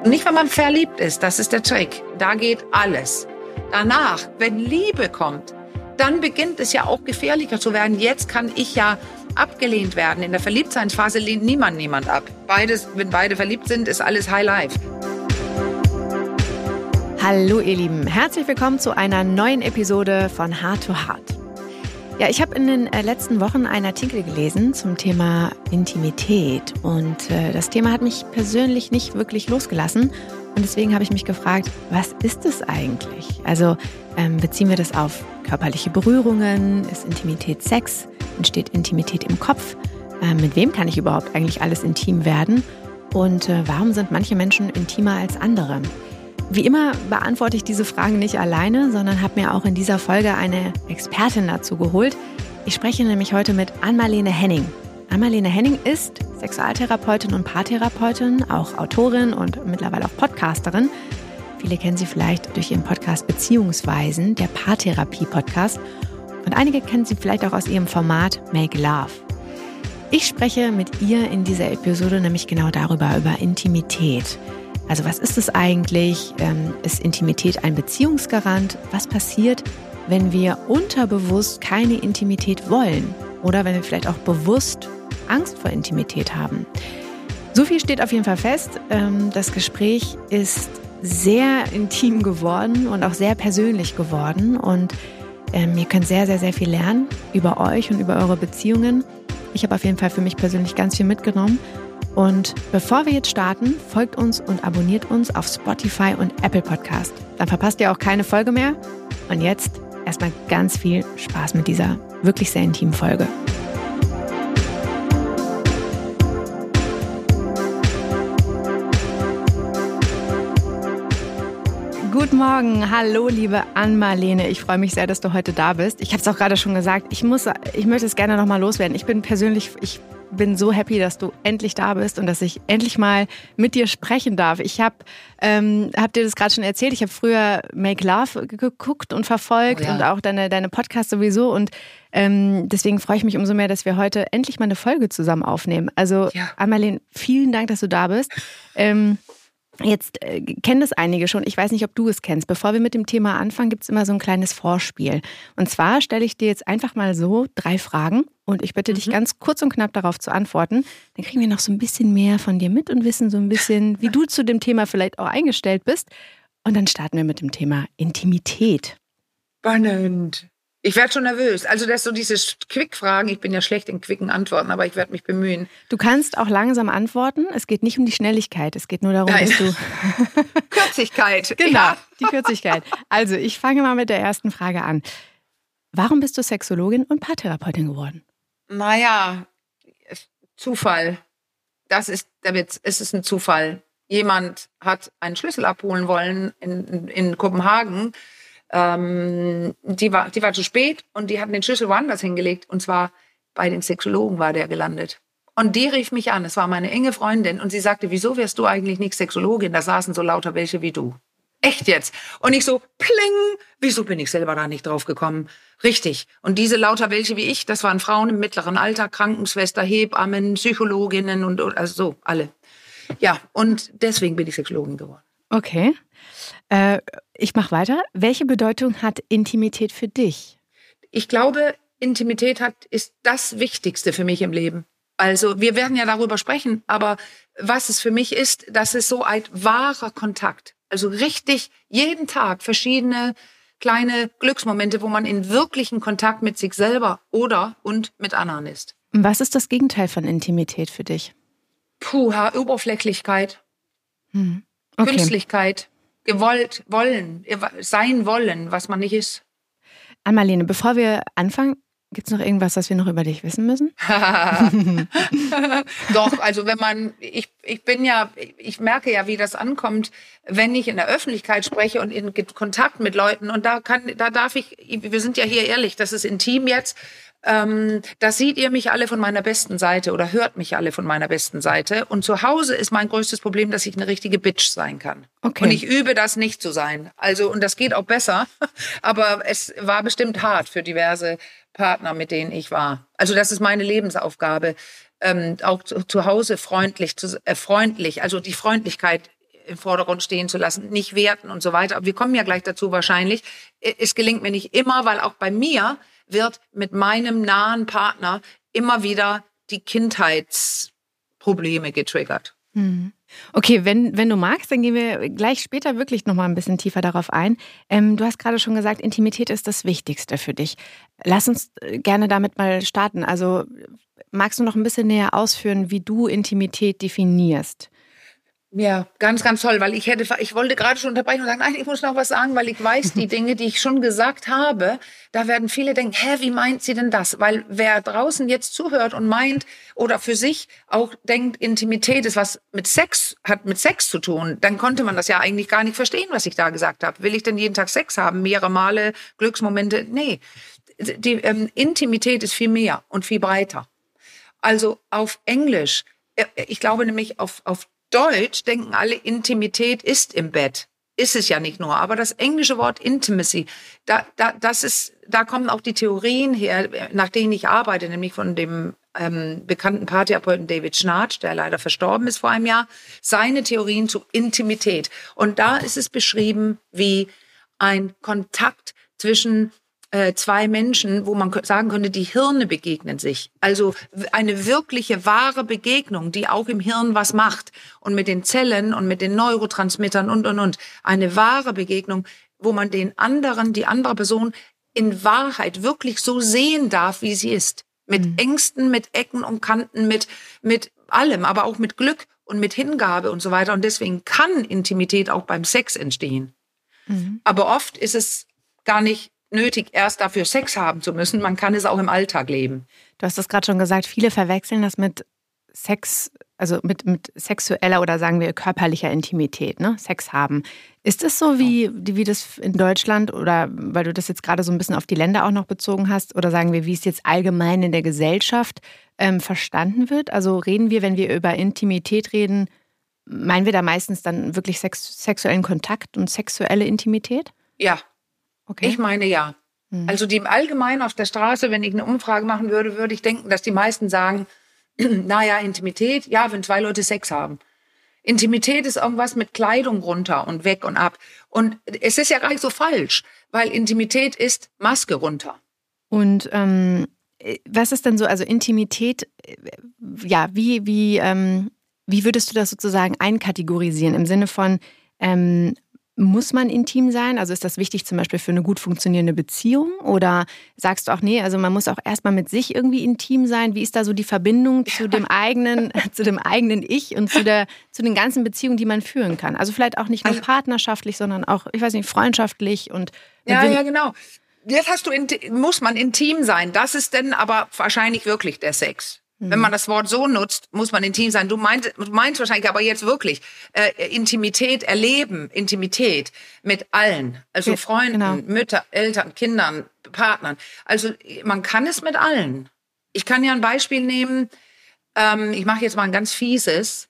Und nicht, wenn man verliebt ist, das ist der Trick. Da geht alles. Danach, wenn Liebe kommt, dann beginnt es ja auch gefährlicher zu werden. Jetzt kann ich ja abgelehnt werden. In der Verliebtseinsphase lehnt niemand ab. Wenn beide verliebt sind, ist alles High Life. Hallo ihr Lieben, herzlich willkommen zu einer neuen Episode von Heart to Heart. Ja, ich habe in den letzten Wochen einen Artikel gelesen zum Thema Intimität und das Thema hat mich persönlich nicht wirklich losgelassen und deswegen habe ich mich gefragt, was ist es eigentlich? Also beziehen wir das auf körperliche Berührungen? Ist Intimität Sex? Entsteht Intimität im Kopf? Mit wem kann ich überhaupt eigentlich alles intim werden? Und warum sind manche Menschen intimer als andere? Wie immer beantworte ich diese Fragen nicht alleine, sondern habe mir auch in dieser Folge eine Expertin dazu geholt. Ich spreche nämlich heute mit Ann-Marlene Henning. Ann-Marlene Henning ist Sexualtherapeutin und Paartherapeutin, auch Autorin und mittlerweile auch Podcasterin. Viele kennen sie vielleicht durch ihren Podcast Beziehungsweisen, der Paartherapie-Podcast. Und einige kennen sie vielleicht auch aus ihrem Format Make Love. Ich spreche mit ihr in dieser Episode nämlich genau darüber, über Intimität. Also was ist es eigentlich? Ist Intimität ein Beziehungsgarant? Was passiert, wenn wir unterbewusst keine Intimität wollen? Oder wenn wir vielleicht auch bewusst Angst vor Intimität haben? So viel steht auf jeden Fall fest. Das Gespräch ist sehr intim geworden und auch sehr persönlich geworden. Und ihr könnt sehr, sehr, sehr viel lernen über euch und über eure Beziehungen. Ich habe auf jeden Fall für mich persönlich ganz viel mitgenommen. Und bevor wir jetzt starten, folgt uns und abonniert uns auf Spotify und Apple Podcast. Dann verpasst ihr auch keine Folge mehr. Und jetzt erstmal ganz viel Spaß mit dieser wirklich sehr intimen Folge. Guten Morgen, hallo liebe Ann-Marlene. Ich freue mich sehr, dass du heute da bist. Ich habe es auch gerade schon gesagt, ich möchte es gerne nochmal loswerden. Ich bin so happy, dass du endlich da bist und dass ich endlich mal mit dir sprechen darf. Ich hab dir das gerade schon erzählt, ich habe früher Make Love geguckt und verfolgt und auch deine Podcasts sowieso und deswegen freue ich mich umso mehr, dass wir heute endlich mal eine Folge zusammen aufnehmen. Also Ann-Marlene, vielen Dank, dass du da bist. Jetzt kennen das einige schon. Ich weiß nicht, ob du es kennst. Bevor wir mit dem Thema anfangen, gibt es immer so ein kleines Vorspiel. Und zwar stelle ich dir jetzt einfach mal so 3 Fragen und ich bitte dich ganz kurz und knapp darauf zu antworten. Dann kriegen wir noch so ein bisschen mehr von dir mit und wissen so ein bisschen, wie du zu dem Thema vielleicht auch eingestellt bist. Und dann starten wir mit dem Thema Intimität. Spannend. Ich werde schon nervös. Also das so diese Quick-Fragen. Ich bin ja schlecht in quicken Antworten, aber ich werde mich bemühen. Du kannst auch langsam antworten. Es geht nicht um die Schnelligkeit. Es geht nur darum, dass du... Kürzigkeit. Genau, ja. Die Kürzigkeit. Also ich fange mal mit der ersten Frage an. Warum bist du Sexologin und Paartherapeutin geworden? Naja, Zufall. Das ist der Witz. Es ist ein Zufall. Jemand hat einen Schlüssel abholen wollen in Kopenhagen. Die war zu spät und die hatten den Schlüssel woanders hingelegt und zwar bei den Sexologen war der gelandet. Und die rief mich an, es war meine enge Freundin und sie sagte, wieso wärst du eigentlich nicht Sexologin? Da saßen so lauter welche wie du. Echt jetzt? Und ich so, pling, wieso bin ich selber da nicht drauf gekommen? Richtig. Und diese lauter welche wie ich, das waren Frauen im mittleren Alter, Krankenschwester, Hebammen, Psychologinnen und also so, alle. Ja, und deswegen bin ich Sexologin geworden. Okay. Ich mache weiter. Welche Bedeutung hat Intimität für dich? Ich glaube, Intimität ist das Wichtigste für mich im Leben. Also wir werden ja darüber sprechen, aber was es für mich ist, das ist so ein wahrer Kontakt. Also richtig jeden Tag verschiedene kleine Glücksmomente, wo man in wirklichen Kontakt mit sich selber und mit anderen ist. Was ist das Gegenteil von Intimität für dich? Oberflächlichkeit, Okay. Künstlichkeit. Sein wollen, was man nicht ist. Ann-Marlene, bevor wir anfangen, gibt es noch irgendwas, was wir noch über dich wissen müssen? Doch, also ich merke ja, wie das ankommt, wenn ich in der Öffentlichkeit spreche und in Kontakt mit Leuten und wir sind ja hier ehrlich, das ist intim jetzt, da seht ihr mich alle von meiner besten Seite oder hört mich alle von meiner besten Seite. Und zu Hause ist mein größtes Problem, dass ich eine richtige Bitch sein kann. Okay. Und ich übe das nicht zu sein. Also, und das geht auch besser. Aber es war bestimmt hart für diverse Partner, mit denen ich war. Also das ist meine Lebensaufgabe. Auch zu Hause freundlich. Also die Freundlichkeit im Vordergrund stehen zu lassen, nicht werten und so weiter. Aber wir kommen ja gleich dazu wahrscheinlich. Es gelingt mir nicht immer, weil auch bei mir wird mit meinem nahen Partner immer wieder die Kindheitsprobleme getriggert. Okay, wenn du magst, dann gehen wir gleich später wirklich noch mal ein bisschen tiefer darauf ein. Du hast gerade schon gesagt, Intimität ist das Wichtigste für dich. Lass uns gerne damit mal starten. Also magst du noch ein bisschen näher ausführen, wie du Intimität definierst? Ja, ganz, ganz toll, weil ich wollte gerade schon unterbrechen und sagen, nein, ich muss noch was sagen, weil ich weiß, die Dinge, die ich schon gesagt habe, da werden viele denken, wie meint sie denn das? Weil wer draußen jetzt zuhört und meint oder für sich auch denkt, Intimität ist was hat mit Sex zu tun, dann konnte man das ja eigentlich gar nicht verstehen, was ich da gesagt habe. Will ich denn jeden Tag Sex haben, mehrere Male, Glücksmomente? Nee, die Intimität ist viel mehr und viel breiter. Also auf Englisch, ich glaube nämlich auf Deutsch denken alle, Intimität ist im Bett. Ist es ja nicht nur. Aber das englische Wort Intimacy, da kommen auch die Theorien her, nach denen ich arbeite, nämlich von dem bekannten Paartherapeuten David Schnarch, der leider verstorben ist vor einem Jahr, seine Theorien zu Intimität. Und da ist es beschrieben wie ein Kontakt zwischen zwei Menschen, wo man sagen könnte, die Hirne begegnen sich. Also eine wirkliche, wahre Begegnung, die auch im Hirn was macht. Und mit den Zellen und mit den Neurotransmittern und. Eine wahre Begegnung, wo man die andere Person in Wahrheit wirklich so sehen darf, wie sie ist. Mit Ängsten, mit Ecken und Kanten, mit allem, aber auch mit Glück und mit Hingabe und so weiter. Und deswegen kann Intimität auch beim Sex entstehen. Aber oft ist es gar nicht nötig, erst dafür Sex haben zu müssen. Man kann es auch im Alltag leben. Du hast das gerade schon gesagt, viele verwechseln das mit Sex, also mit sexueller oder sagen wir körperlicher Intimität, ne? Sex haben. Ist es so wie das in Deutschland oder weil du das jetzt gerade so ein bisschen auf die Länder auch noch bezogen hast oder sagen wir, wie es jetzt allgemein in der Gesellschaft verstanden wird? Also reden wir, wenn wir über Intimität reden, meinen wir da meistens dann wirklich sexuellen Kontakt und sexuelle Intimität? Ja. Okay. Ich meine ja. Also die im Allgemeinen auf der Straße, wenn ich eine Umfrage machen würde, würde ich denken, dass die meisten sagen, naja, Intimität, ja, wenn zwei Leute Sex haben. Intimität ist irgendwas mit Kleidung runter und weg und ab. Und es ist ja gar nicht so falsch, weil Intimität ist Maske runter. Und was ist denn so, also Intimität, ja, wie würdest du das sozusagen einkategorisieren im Sinne von, muss man intim sein? Also ist das wichtig zum Beispiel für eine gut funktionierende Beziehung? Oder sagst du auch, nee, also man muss auch erstmal mit sich irgendwie intim sein? Wie ist da so die Verbindung zu dem eigenen Ich und zu den ganzen Beziehungen, die man führen kann? Also vielleicht auch nicht nur partnerschaftlich, sondern auch, ich weiß nicht, freundschaftlich und... Ja, genau. Jetzt muss man intim sein. Das ist denn aber wahrscheinlich wirklich der Sex. Wenn man das Wort so nutzt, muss man intim sein. Du meinst wahrscheinlich aber jetzt wirklich Intimität erleben, Intimität mit allen. Also Freunden, genau. Müttern, Eltern, Kindern, Partnern. Also man kann es mit allen. Ich kann ja ein Beispiel nehmen. Ich mache jetzt mal ein ganz fieses.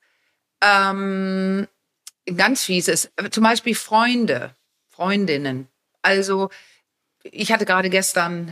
Zum Beispiel Freundinnen. Also ich hatte gerade gestern...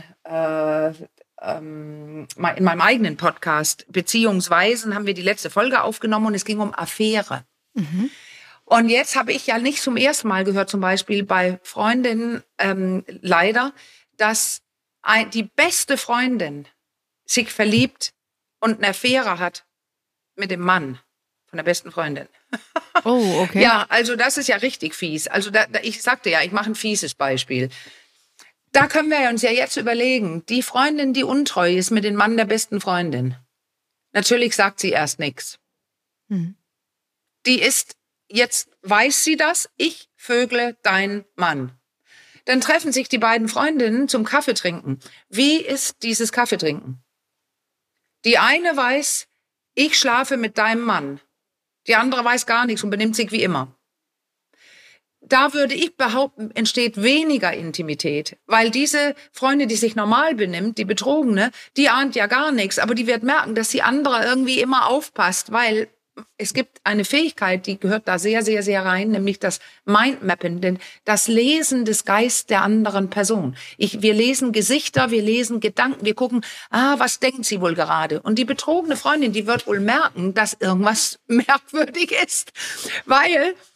in meinem eigenen Podcast Beziehungsweisen haben wir die letzte Folge aufgenommen und es ging um Affäre. Und jetzt habe ich ja nicht zum ersten Mal gehört, zum Beispiel bei Freundinnen leider, dass die beste Freundin sich verliebt und eine Affäre hat mit dem Mann von der besten Freundin. Oh, okay. Ja, also das ist ja richtig fies. Also ich sagte ja, ich mache ein fieses Beispiel. Da können wir uns ja jetzt überlegen, die Freundin, die untreu ist mit dem Mann der besten Freundin. Natürlich sagt sie erst nichts. Die ist, jetzt weiß sie das, ich vögle deinen Mann. Dann treffen sich die beiden Freundinnen zum Kaffeetrinken. Wie ist dieses Kaffeetrinken? Die eine weiß, ich schlafe mit deinem Mann. Die andere weiß gar nichts und benimmt sich wie immer. Da würde ich behaupten, entsteht weniger Intimität, weil diese Freundin, die sich normal benimmt, die Betrogene, die ahnt ja gar nichts, aber die wird merken, dass die andere irgendwie immer aufpasst, weil es gibt eine Fähigkeit, die gehört da sehr, sehr, sehr rein, nämlich das Mindmappen, denn das Lesen des Geistes der anderen Person. Wir lesen Gesichter, wir lesen Gedanken, wir gucken, was denkt sie wohl gerade? Und die betrogene Freundin, die wird wohl merken, dass irgendwas merkwürdig ist, weil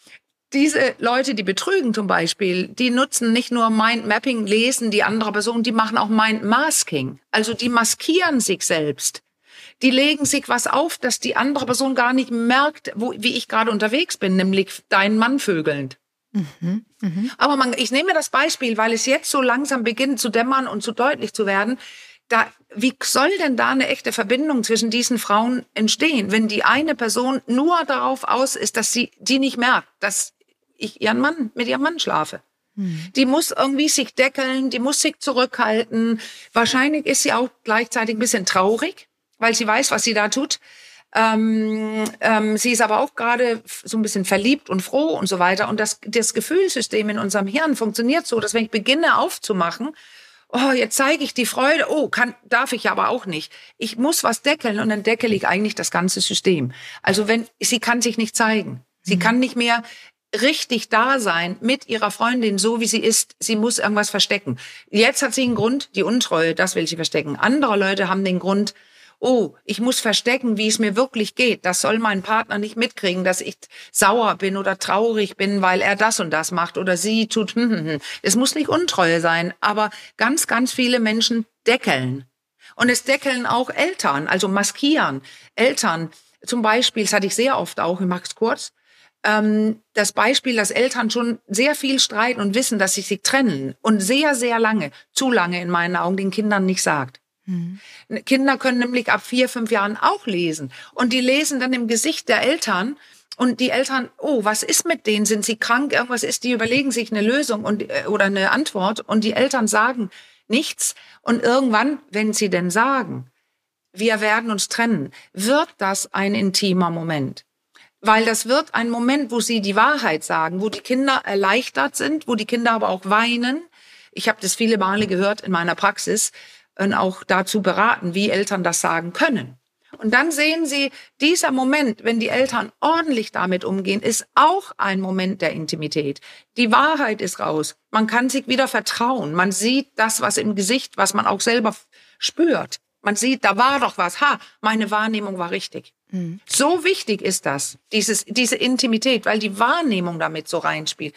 diese Leute, die betrügen zum Beispiel, die nutzen nicht nur Mindmapping, lesen die andere Person, die machen auch Mindmasking. Also die maskieren sich selbst. Die legen sich was auf, dass die andere Person gar nicht merkt, wie ich gerade unterwegs bin, nämlich deinen Mann vögelnd. Aber ich nehme das Beispiel, weil es jetzt so langsam beginnt zu dämmern und zu deutlich zu werden. Wie soll denn da eine echte Verbindung zwischen diesen Frauen entstehen, wenn die eine Person nur darauf aus ist, dass die nicht merkt, dass ich mit ihrem Mann schlafe? Die muss irgendwie sich deckeln, die muss sich zurückhalten. Wahrscheinlich ist sie auch gleichzeitig ein bisschen traurig, weil sie weiß, was sie da tut. Sie ist aber auch gerade so ein bisschen verliebt und froh und so weiter. Und das Gefühlssystem in unserem Hirn funktioniert so, dass wenn ich beginne aufzumachen, oh, jetzt zeige ich die Freude, darf ich aber auch nicht. Ich muss was deckeln und dann deckel ich eigentlich das ganze System. Also sie kann sich nicht zeigen. Sie kann nicht mehr richtig da sein mit ihrer Freundin, so wie sie ist. Sie muss irgendwas verstecken. Jetzt hat sie einen Grund, die Untreue, das will sie verstecken. Andere Leute haben den Grund, ich muss verstecken, wie es mir wirklich geht. Das soll mein Partner nicht mitkriegen, dass ich sauer bin oder traurig bin, weil er das und das macht oder sie tut. Es muss nicht Untreue sein, aber ganz, ganz viele Menschen deckeln. Und es deckeln auch Eltern, also maskieren. Eltern, zum Beispiel, das hatte ich sehr oft auch, ich mache es kurz, das Beispiel, dass Eltern schon sehr viel streiten und wissen, dass sie sich trennen und sehr, sehr lange, zu lange in meinen Augen, den Kindern nicht sagt. Kinder können nämlich ab 4, 5 Jahren auch lesen. Und die lesen dann im Gesicht der Eltern. Und die Eltern, was ist mit denen? Sind sie krank? Irgendwas ist, die überlegen sich eine Lösung oder eine Antwort. Und die Eltern sagen nichts. Und irgendwann, wenn sie denn sagen, wir werden uns trennen, wird das ein intimer Moment. Weil das wird ein Moment, wo sie die Wahrheit sagen, wo die Kinder erleichtert sind, wo die Kinder aber auch weinen. Ich habe das viele Male gehört in meiner Praxis, und auch dazu beraten, wie Eltern das sagen können. Und dann sehen Sie, dieser Moment, wenn die Eltern ordentlich damit umgehen, ist auch ein Moment der Intimität. Die Wahrheit ist raus. Man kann sich wieder vertrauen. Man sieht das, was im Gesicht, was man auch selber spürt. Man sieht, da war doch was. Meine Wahrnehmung war richtig. So wichtig ist das, diese Intimität, weil die Wahrnehmung damit so reinspielt.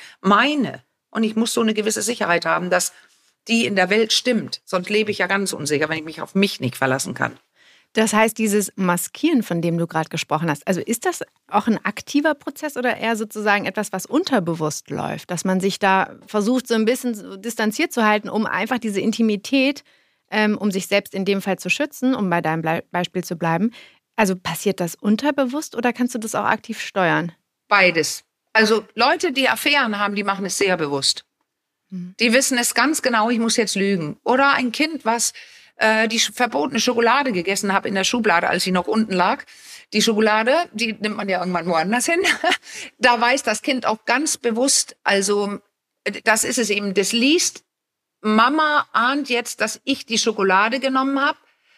Und ich muss so eine gewisse Sicherheit haben, dass die in der Welt stimmt. Sonst lebe ich ja ganz unsicher, wenn ich mich auf mich nicht verlassen kann. Das heißt, dieses Maskieren, von dem du gerade gesprochen hast, also ist das auch ein aktiver Prozess oder eher sozusagen etwas, was unterbewusst läuft? Dass man sich da versucht, so ein bisschen distanziert zu halten, um einfach diese Intimität, um sich selbst in dem Fall zu schützen, um bei deinem Beispiel zu bleiben. Also passiert das unterbewusst oder kannst du das auch aktiv steuern? Beides. Also Leute, die Affären haben, die machen es sehr bewusst. Die wissen es ganz genau, ich muss jetzt lügen. Oder ein Kind, was die verbotene Schokolade gegessen hat in der Schublade, als sie noch unten lag. Die Schokolade, die nimmt man ja irgendwann woanders hin. Da weiß das Kind auch ganz bewusst, also das ist es eben, das liest, Mama ahnt jetzt, dass ich die Schokolade genommen habe.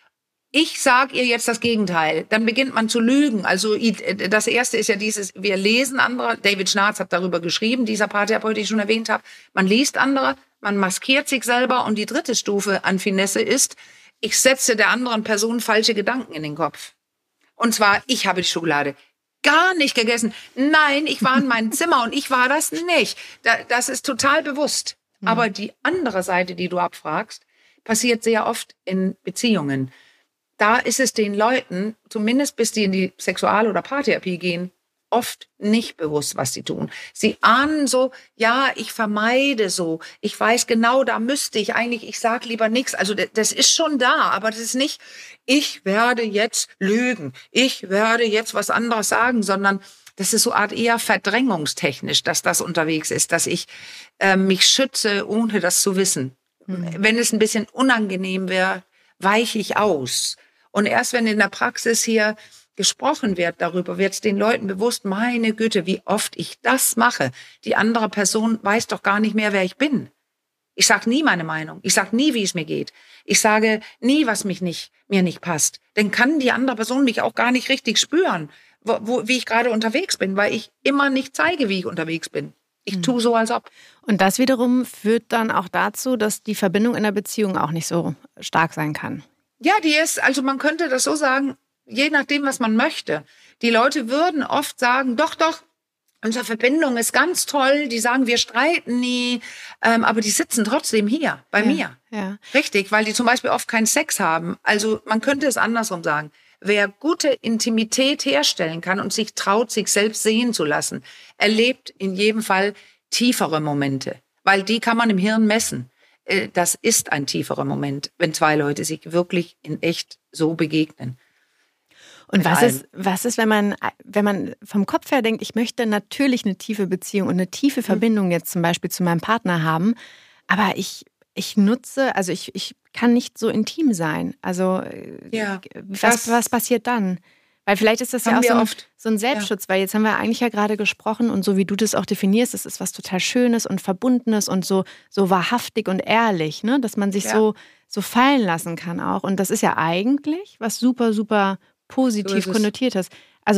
Ich sage ihr jetzt das Gegenteil. Dann beginnt man zu lügen. Also das Erste ist ja dieses, wir lesen andere. David Schnarz hat darüber geschrieben, dieser Paartherapeut, den ich schon erwähnt habe. Man liest andere, man maskiert sich selber. Und die dritte Stufe an Finesse ist, ich setze der anderen Person falsche Gedanken in den Kopf. Und zwar, ich habe die Schokolade gar nicht gegessen. Nein, ich war in meinem Zimmer und ich war das nicht. Das ist total bewusst. Aber die andere Seite, die du abfragst, passiert sehr oft in Beziehungen. Da ist es den Leuten, zumindest bis die in die Sexual- oder Paartherapie gehen, oft nicht bewusst, was sie tun. Sie ahnen so, ja, ich vermeide so. Ich weiß genau, da müsste ich eigentlich, ich sag lieber nichts. Also das ist schon da, aber das ist nicht, ich werde jetzt lügen. Ich werde jetzt was anderes sagen, sondern das ist so eine Art eher verdrängungstechnisch, dass das unterwegs ist, dass ich mich schütze, ohne das zu wissen. Wenn es ein bisschen unangenehm wäre, weiche ich aus. Und erst wenn in der Praxis hier gesprochen wird darüber, wird es den Leuten bewusst, meine Güte, wie oft ich das mache. Die andere Person weiß doch gar nicht mehr, wer ich bin. Ich sage nie meine Meinung. Ich sage nie, wie es mir geht. Ich sage nie, was mir nicht passt. Dann kann die andere Person mich auch gar nicht richtig spüren, wie ich gerade unterwegs bin, weil ich immer nicht zeige, wie ich unterwegs bin. Ich tue so, als ob. Und das wiederum führt dann auch dazu, dass die Verbindung in der Beziehung auch nicht so stark sein kann. Ja, die ist, also man könnte das so sagen, je nachdem, was man möchte. Die Leute würden oft sagen, doch, unsere Verbindung ist ganz toll. Die sagen, wir streiten nie, aber die sitzen trotzdem hier bei mir. Ja. Richtig, weil die zum Beispiel oft keinen Sex haben. Also man könnte es andersrum sagen. Wer gute Intimität herstellen kann und sich traut, sich selbst sehen zu lassen, erlebt in jedem Fall tiefere Momente. Weil die kann man im Hirn messen. Das ist ein tieferer Moment, wenn zwei Leute sich wirklich in echt so begegnen. Und was ist, wenn man vom Kopf her denkt, ich möchte natürlich eine tiefe Beziehung und eine tiefe Verbindung jetzt zum Beispiel zu meinem Partner haben, aber ich kann nicht so intim sein. Also was passiert dann? Weil vielleicht ist das ja auch so ein Selbstschutz, weil jetzt haben wir eigentlich ja gerade gesprochen und so wie du das auch definierst, das ist was total Schönes und Verbundenes und so wahrhaftig und ehrlich, ne? Dass man sich so fallen lassen kann auch. Und das ist ja eigentlich was super, super positiv konnotiert ist. Also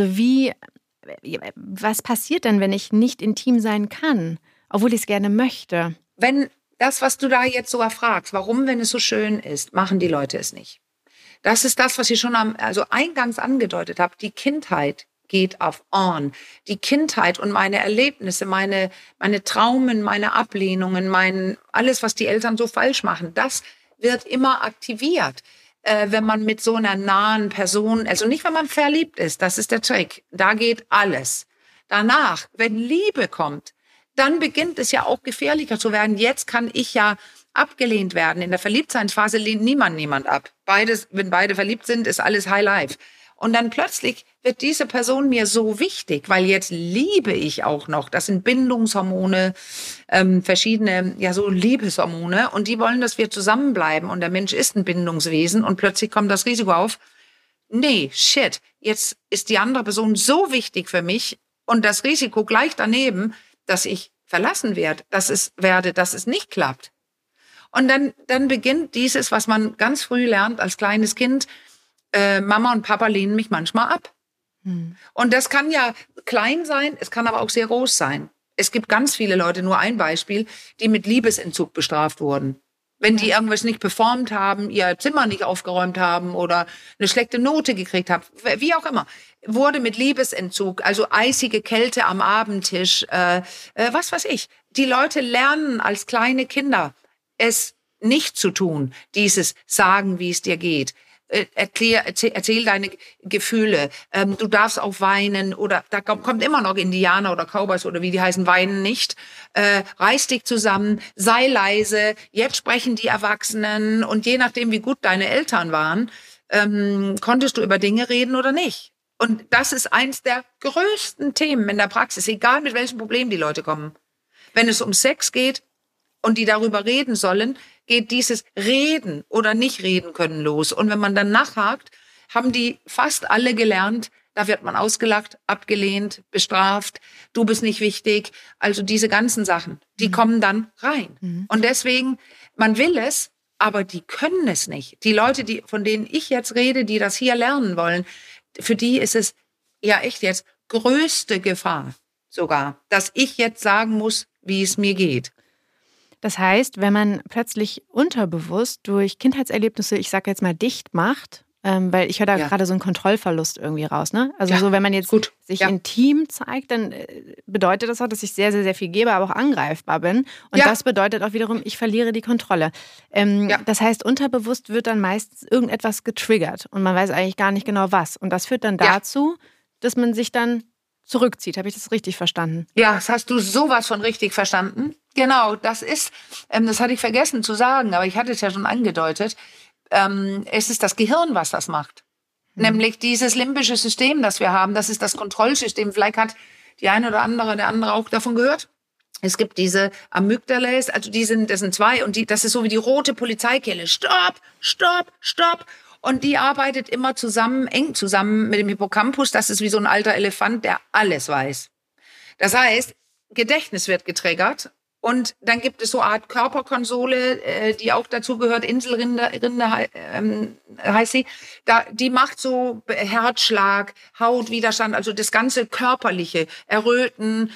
was passiert denn, wenn ich nicht intim sein kann, obwohl ich es gerne möchte? Wenn das, was du da jetzt so erfragst, warum, wenn es so schön ist, machen die Leute es nicht. Das ist das, was ich schon eingangs angedeutet habe. Die Kindheit geht auf on. Die Kindheit und meine Erlebnisse, meine Traumen, meine Ablehnungen, alles, was die Eltern so falsch machen, das wird immer aktiviert. Wenn man mit so einer nahen Person, also nicht, wenn man verliebt ist, das ist der Trick. Da geht alles. Danach, wenn Liebe kommt, dann beginnt es ja auch gefährlicher zu werden. Jetzt kann ich ja abgelehnt werden. In der Verliebtseinsphase lehnt niemand ab. Wenn beide verliebt sind, ist alles High Life. Und dann plötzlich wird diese Person mir so wichtig, weil jetzt liebe ich auch noch. Das sind Bindungshormone, verschiedene, so Liebeshormone. Und die wollen, dass wir zusammenbleiben. Und der Mensch ist ein Bindungswesen. Und plötzlich kommt das Risiko auf. Nee, shit. Jetzt ist die andere Person so wichtig für mich. Und das Risiko gleich daneben, dass ich verlassen werde, dass es nicht klappt. Und dann beginnt dieses, was man ganz früh lernt als kleines Kind, Mama und Papa lehnen mich manchmal ab. Und das kann ja klein sein, es kann aber auch sehr groß sein. Es gibt ganz viele Leute, nur ein Beispiel, die mit Liebesentzug bestraft wurden. Wenn die irgendwas nicht performt haben, ihr Zimmer nicht aufgeräumt haben oder eine schlechte Note gekriegt haben, wie auch immer, wurde mit Liebesentzug, also eisige Kälte am Abendtisch, was weiß ich. Die Leute lernen als kleine Kinder, es nicht zu tun, dieses Sagen, wie es dir geht. Erzähl deine Gefühle. Du darfst auch weinen oder da kommt immer noch Indianer oder Cowboys oder wie die heißen, weinen nicht. Reiß dich zusammen, sei leise. Jetzt sprechen die Erwachsenen und je nachdem, wie gut deine Eltern waren, konntest du über Dinge reden oder nicht. Und das ist eins der größten Themen in der Praxis, egal mit welchem Problem die Leute kommen. Wenn es um Sex geht und die darüber reden sollen, geht dieses Reden oder nicht reden können los. Und wenn man dann nachhakt, haben die fast alle gelernt, da wird man ausgelacht, abgelehnt, bestraft, du bist nicht wichtig. Also diese ganzen Sachen, die kommen dann rein. Und deswegen, man will es, aber die können es nicht. Die Leute, von denen ich jetzt rede, die das hier lernen wollen, für die ist es ja echt jetzt größte Gefahr sogar, dass ich jetzt sagen muss, wie es mir geht. Das heißt, wenn man plötzlich unterbewusst durch Kindheitserlebnisse, ich sage jetzt mal, dicht macht, weil ich höre da gerade so einen Kontrollverlust irgendwie raus, ne? Also so, wenn man jetzt sich intim zeigt, dann bedeutet das auch, dass ich sehr, sehr, sehr viel gebe, aber auch angreifbar bin. Und das bedeutet auch wiederum, ich verliere die Kontrolle. Das heißt, unterbewusst wird dann meistens irgendetwas getriggert und man weiß eigentlich gar nicht genau was. Und das führt dann dazu, dass man sich dann zurückzieht. Habe ich das richtig verstanden? Ja, das hast du sowas von richtig verstanden. Genau, das ist, das hatte ich vergessen zu sagen, aber ich hatte es ja schon angedeutet, es ist das Gehirn, was das macht. Nämlich dieses limbische System, das wir haben, das ist das Kontrollsystem. Vielleicht hat der andere auch davon gehört. Es gibt diese Amygdala, also das sind zwei und das ist so wie die rote Polizeikelle. Stopp, stopp, stopp. Und die arbeitet immer eng zusammen mit dem Hippocampus. Das ist wie so ein alter Elefant, der alles weiß. Das heißt, Gedächtnis wird getriggert. Und dann gibt es so eine Art Körperkonsole, die auch dazu gehört, Inselrinde heißt sie. Die macht so Herzschlag, Hautwiderstand, also das ganze Körperliche, Erröten,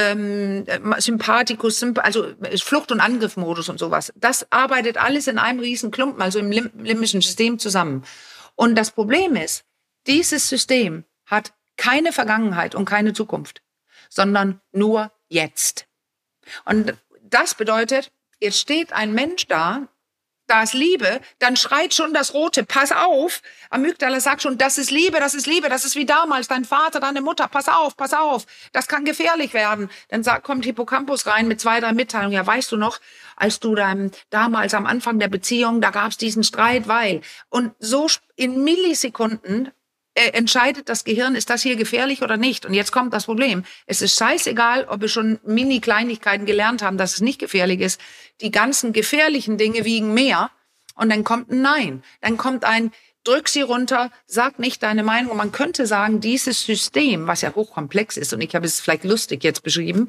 Sympathikus, also Flucht- und Angriffmodus und sowas. Das arbeitet alles in einem riesen Klumpen, also im limbischen System zusammen. Und das Problem ist, dieses System hat keine Vergangenheit und keine Zukunft, sondern nur jetzt. Und das bedeutet, jetzt steht ein Mensch da ist Liebe, dann schreit schon das Rote, pass auf. Amygdala sagt schon, das ist Liebe, das ist Liebe, das ist wie damals, dein Vater, deine Mutter, pass auf, das kann gefährlich werden. Dann kommt Hippocampus rein mit 2, 3 Mitteilungen. Ja, weißt du noch, als du damals am Anfang der Beziehung, da gab es diesen Streit, weil. Und so in Millisekunden entscheidet das Gehirn, ist das hier gefährlich oder nicht. Und jetzt kommt das Problem. Es ist scheißegal, ob wir schon Mini-Kleinigkeiten gelernt haben, dass es nicht gefährlich ist. Die ganzen gefährlichen Dinge wiegen mehr. Und dann kommt ein Nein. Dann kommt ein, drück sie runter, sag nicht deine Meinung. Und man könnte sagen, dieses System, was ja hochkomplex ist, und ich habe es vielleicht lustig jetzt beschrieben,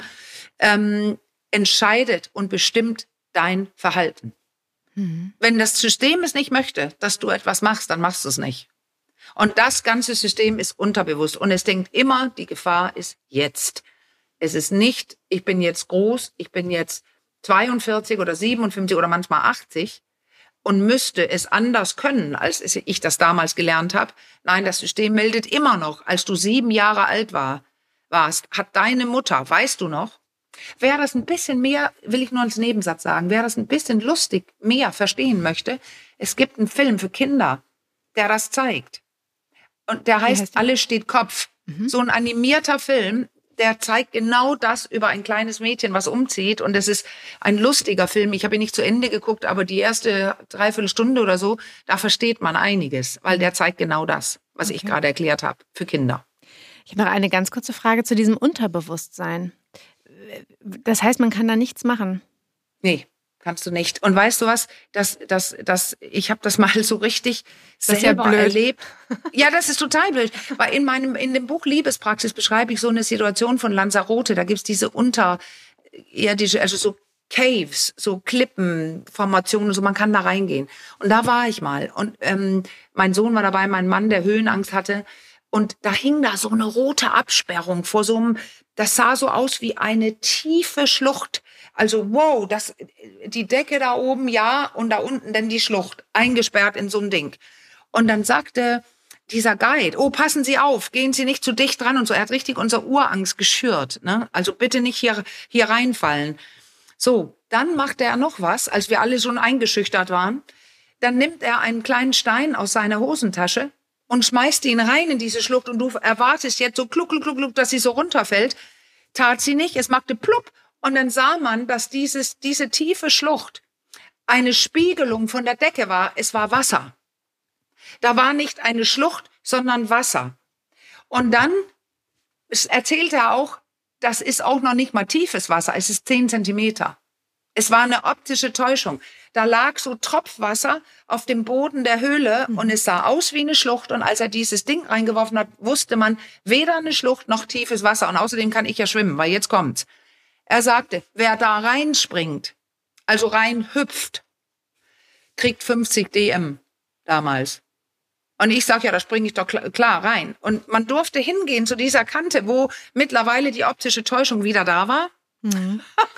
entscheidet und bestimmt dein Verhalten. Wenn das System es nicht möchte, dass du etwas machst, dann machst du es nicht. Und das ganze System ist unterbewusst. Und es denkt immer, die Gefahr ist jetzt. Es ist nicht, ich bin jetzt groß, ich bin jetzt 42 oder 57 oder manchmal 80 und müsste es anders können, als ich das damals gelernt habe. Nein, das System meldet immer noch, als du 7 Jahre alt warst, hat deine Mutter, weißt du noch, wer das ein bisschen mehr, will ich nur als Nebensatz sagen, wer das ein bisschen lustig mehr verstehen möchte, es gibt einen Film für Kinder, der das zeigt. Und der heißt Alles steht Kopf. So ein animierter Film, der zeigt genau das über ein kleines Mädchen, was umzieht. Und es ist ein lustiger Film. Ich habe ihn nicht zu Ende geguckt, aber die erste 3/4 Stunde oder so, da versteht man einiges, weil der zeigt genau das, was ich gerade erklärt habe, für Kinder. Ich habe noch eine ganz kurze Frage zu diesem Unterbewusstsein. Das heißt, man kann da nichts machen? Nee. Kannst du nicht. Und weißt du was? Ich habe das mal so richtig selber erlebt. Ja, das ist total blöd. Weil in dem Buch Liebespraxis beschreibe ich so eine Situation von Lanzarote. Da gibt's diese unterirdische, also so Caves, so Klippenformationen, so man kann da reingehen. Und da war ich mal. Und mein Sohn war dabei, mein Mann, der Höhenangst hatte. Und da hing da so eine rote Absperrung vor so einem, das sah so aus wie eine tiefe Schlucht. Also wow, die Decke da oben, ja, und da unten dann die Schlucht, eingesperrt in so ein Ding. Und dann sagte dieser Guide, oh, passen Sie auf, gehen Sie nicht zu dicht dran und so. Er hat richtig unsere Urangst geschürt, ne? Also bitte nicht hier reinfallen. So, dann macht er noch was, als wir alle schon eingeschüchtert waren. Dann nimmt er einen kleinen Stein aus seiner Hosentasche und schmeißt ihn rein in diese Schlucht und du erwartest jetzt so kluck, kluck, kluck, kluck, dass sie so runterfällt. Tat sie nicht, es machte plupp. Und dann sah man, dass diese tiefe Schlucht eine Spiegelung von der Decke war. Es war Wasser. Da war nicht eine Schlucht, sondern Wasser. Und dann erzählt er auch, das ist auch noch nicht mal tiefes Wasser. Es ist 10 Zentimeter. Es war eine optische Täuschung. Da lag so Tropfwasser auf dem Boden der Höhle und es sah aus wie eine Schlucht. Und als er dieses Ding reingeworfen hat, wusste man, weder eine Schlucht noch tiefes Wasser. Und außerdem kann ich ja schwimmen, weil jetzt kommt's. Er sagte, wer da reinspringt, also rein hüpft, kriegt 50 DM damals. Und ich sag, ja, da springe ich doch klar rein. Und man durfte hingehen zu dieser Kante, wo mittlerweile die optische Täuschung wieder da war. Mhm.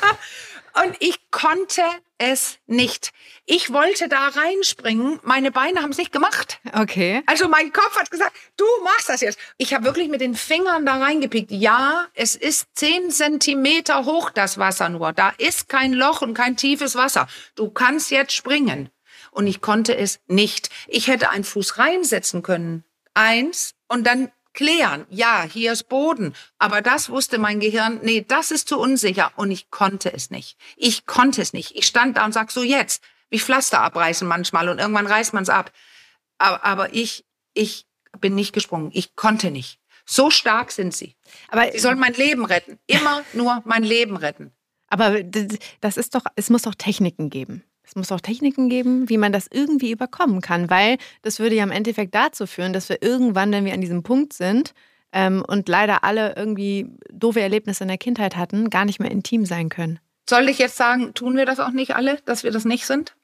Und ich konnte es nicht. Ich wollte da reinspringen, meine Beine haben es nicht gemacht. Okay. Also mein Kopf hat gesagt, du machst das jetzt. Ich habe wirklich mit den Fingern da reingepickt. Ja, es ist 10 Zentimeter hoch, das Wasser nur. Da ist kein Loch und kein tiefes Wasser. Du kannst jetzt springen. Und ich konnte es nicht. Ich hätte einen Fuß reinsetzen können. 1 und dann klären. Ja, hier ist Boden. Aber das wusste mein Gehirn, nee, das ist zu unsicher. Und ich konnte es nicht. Ich konnte es nicht. Ich stand da und sag so jetzt, wie Pflaster abreißen manchmal und irgendwann reißt man es ab. Aber ich bin nicht gesprungen. Ich konnte nicht. So stark sind sie. Aber sie sollen mein Leben retten. Immer nur mein Leben retten. Aber das ist doch, es muss doch Techniken geben. Es muss auch Techniken geben, wie man das irgendwie überkommen kann, weil das würde ja im Endeffekt dazu führen, dass wir irgendwann, wenn wir an diesem Punkt sind und leider alle irgendwie doofe Erlebnisse in der Kindheit hatten, gar nicht mehr intim sein können. Soll ich jetzt sagen, tun wir das auch nicht alle, dass wir das nicht sind?